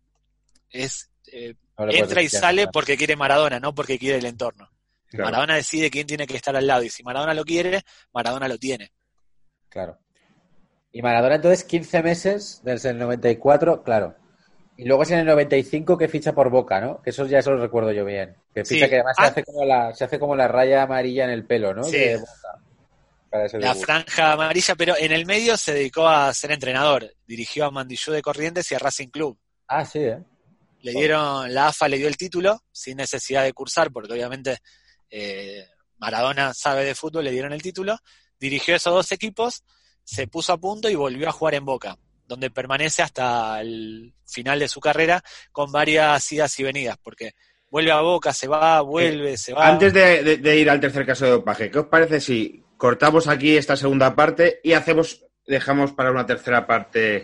entra y sale porque quiere Maradona, no porque quiere el entorno. Claro. Maradona decide quién tiene que estar al lado, y si Maradona lo quiere, Maradona lo tiene. Claro. Y Maradona entonces 15 meses desde el 94, claro. Y luego es en el 95 que ficha por Boca, ¿no? Que eso ya lo recuerdo yo bien. Que ficha que además se hace como la raya amarilla en el pelo, ¿no? Sí. De Boca, la franja amarilla, pero en el medio se dedicó a ser entrenador. Dirigió a Mandillú de Corrientes y a Racing Club. Ah, sí, la AFA le dio el título sin necesidad de cursar, porque obviamente Maradona sabe de fútbol, le dieron el título. Dirigió esos dos equipos, se puso a punto y volvió a jugar en Boca, donde permanece hasta el final de su carrera con varias idas y venidas, porque vuelve a Boca, se va, vuelve, se va. Antes de ir al tercer caso de dopaje, ¿qué os parece si cortamos aquí esta segunda parte y dejamos para una tercera parte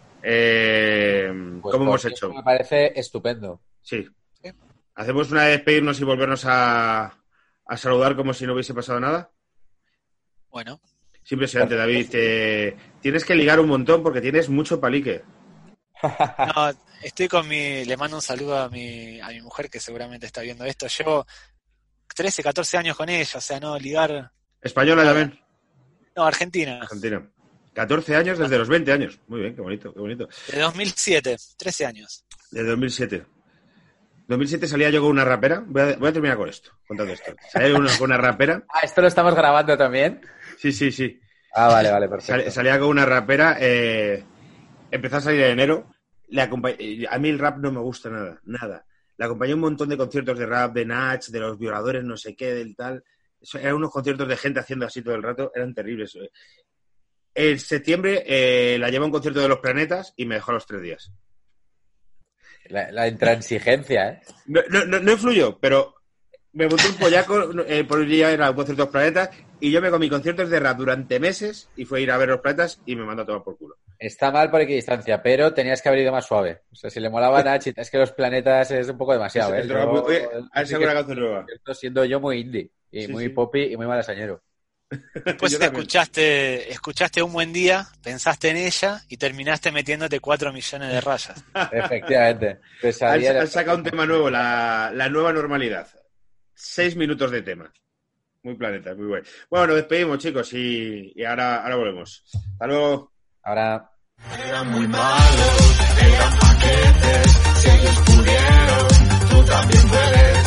como hemos hecho? Me parece estupendo. Sí. ¿Hacemos una de despedirnos y volvernos a saludar como si no hubiese pasado nada? Bueno. Es impresionante, David. Tienes que ligar un montón porque tienes mucho palique. No, estoy le mando un saludo a mi mujer que seguramente está viendo esto. Llevo 13, 14 años con ella, o sea, no, ligar... ¿Española también? No, Argentina. 14 años desde los 20 años. Muy bien, qué bonito, qué bonito. De 2007, 13 años. De 2007. 2007 salía yo con una rapera. Voy a terminar con esto, contando esto. Salía yo con una rapera. Ah, ¿esto lo estamos grabando también? Sí. Ah, vale, perfecto. Salía con una rapera, empezó a salir en enero. A mí el rap no me gusta nada. Le acompañé un montón de conciertos de rap, de Nach, de Los Violadores, no sé qué, del tal. Eran unos conciertos de gente haciendo así todo el rato, eran terribles. En septiembre la llevé a un concierto de Los Planetas y me dejó a los 3 días. La intransigencia, ¿eh? No influyó, pero me montó un pollaco por ir a un concierto de Los Planetas y yo me comí conciertos de rap durante meses y fue a ir a ver Los Planetas y me mandó a tomar por culo. Está mal por equidistancia, pero tenías que haber ido más suave. O sea, si le molaba a Nach, es que los planetas es un poco demasiado, ¿eh? Oye, a ver si hago una canción nueva. Siendo yo muy indie, y muy poppy y muy malasañero. Después escuchaste Un Buen Día, pensaste en ella y terminaste metiéndote 4 millones de rayas. Efectivamente. Han sacado un tema nuevo, la nueva normalidad. 6 minutos de tema. Muy planeta, muy bueno. Bueno, nos despedimos, chicos, y ahora volvemos. Hasta luego. Ahora. Eran muy malos, eran paquetes. Si ellos pudieron, tú también puedes.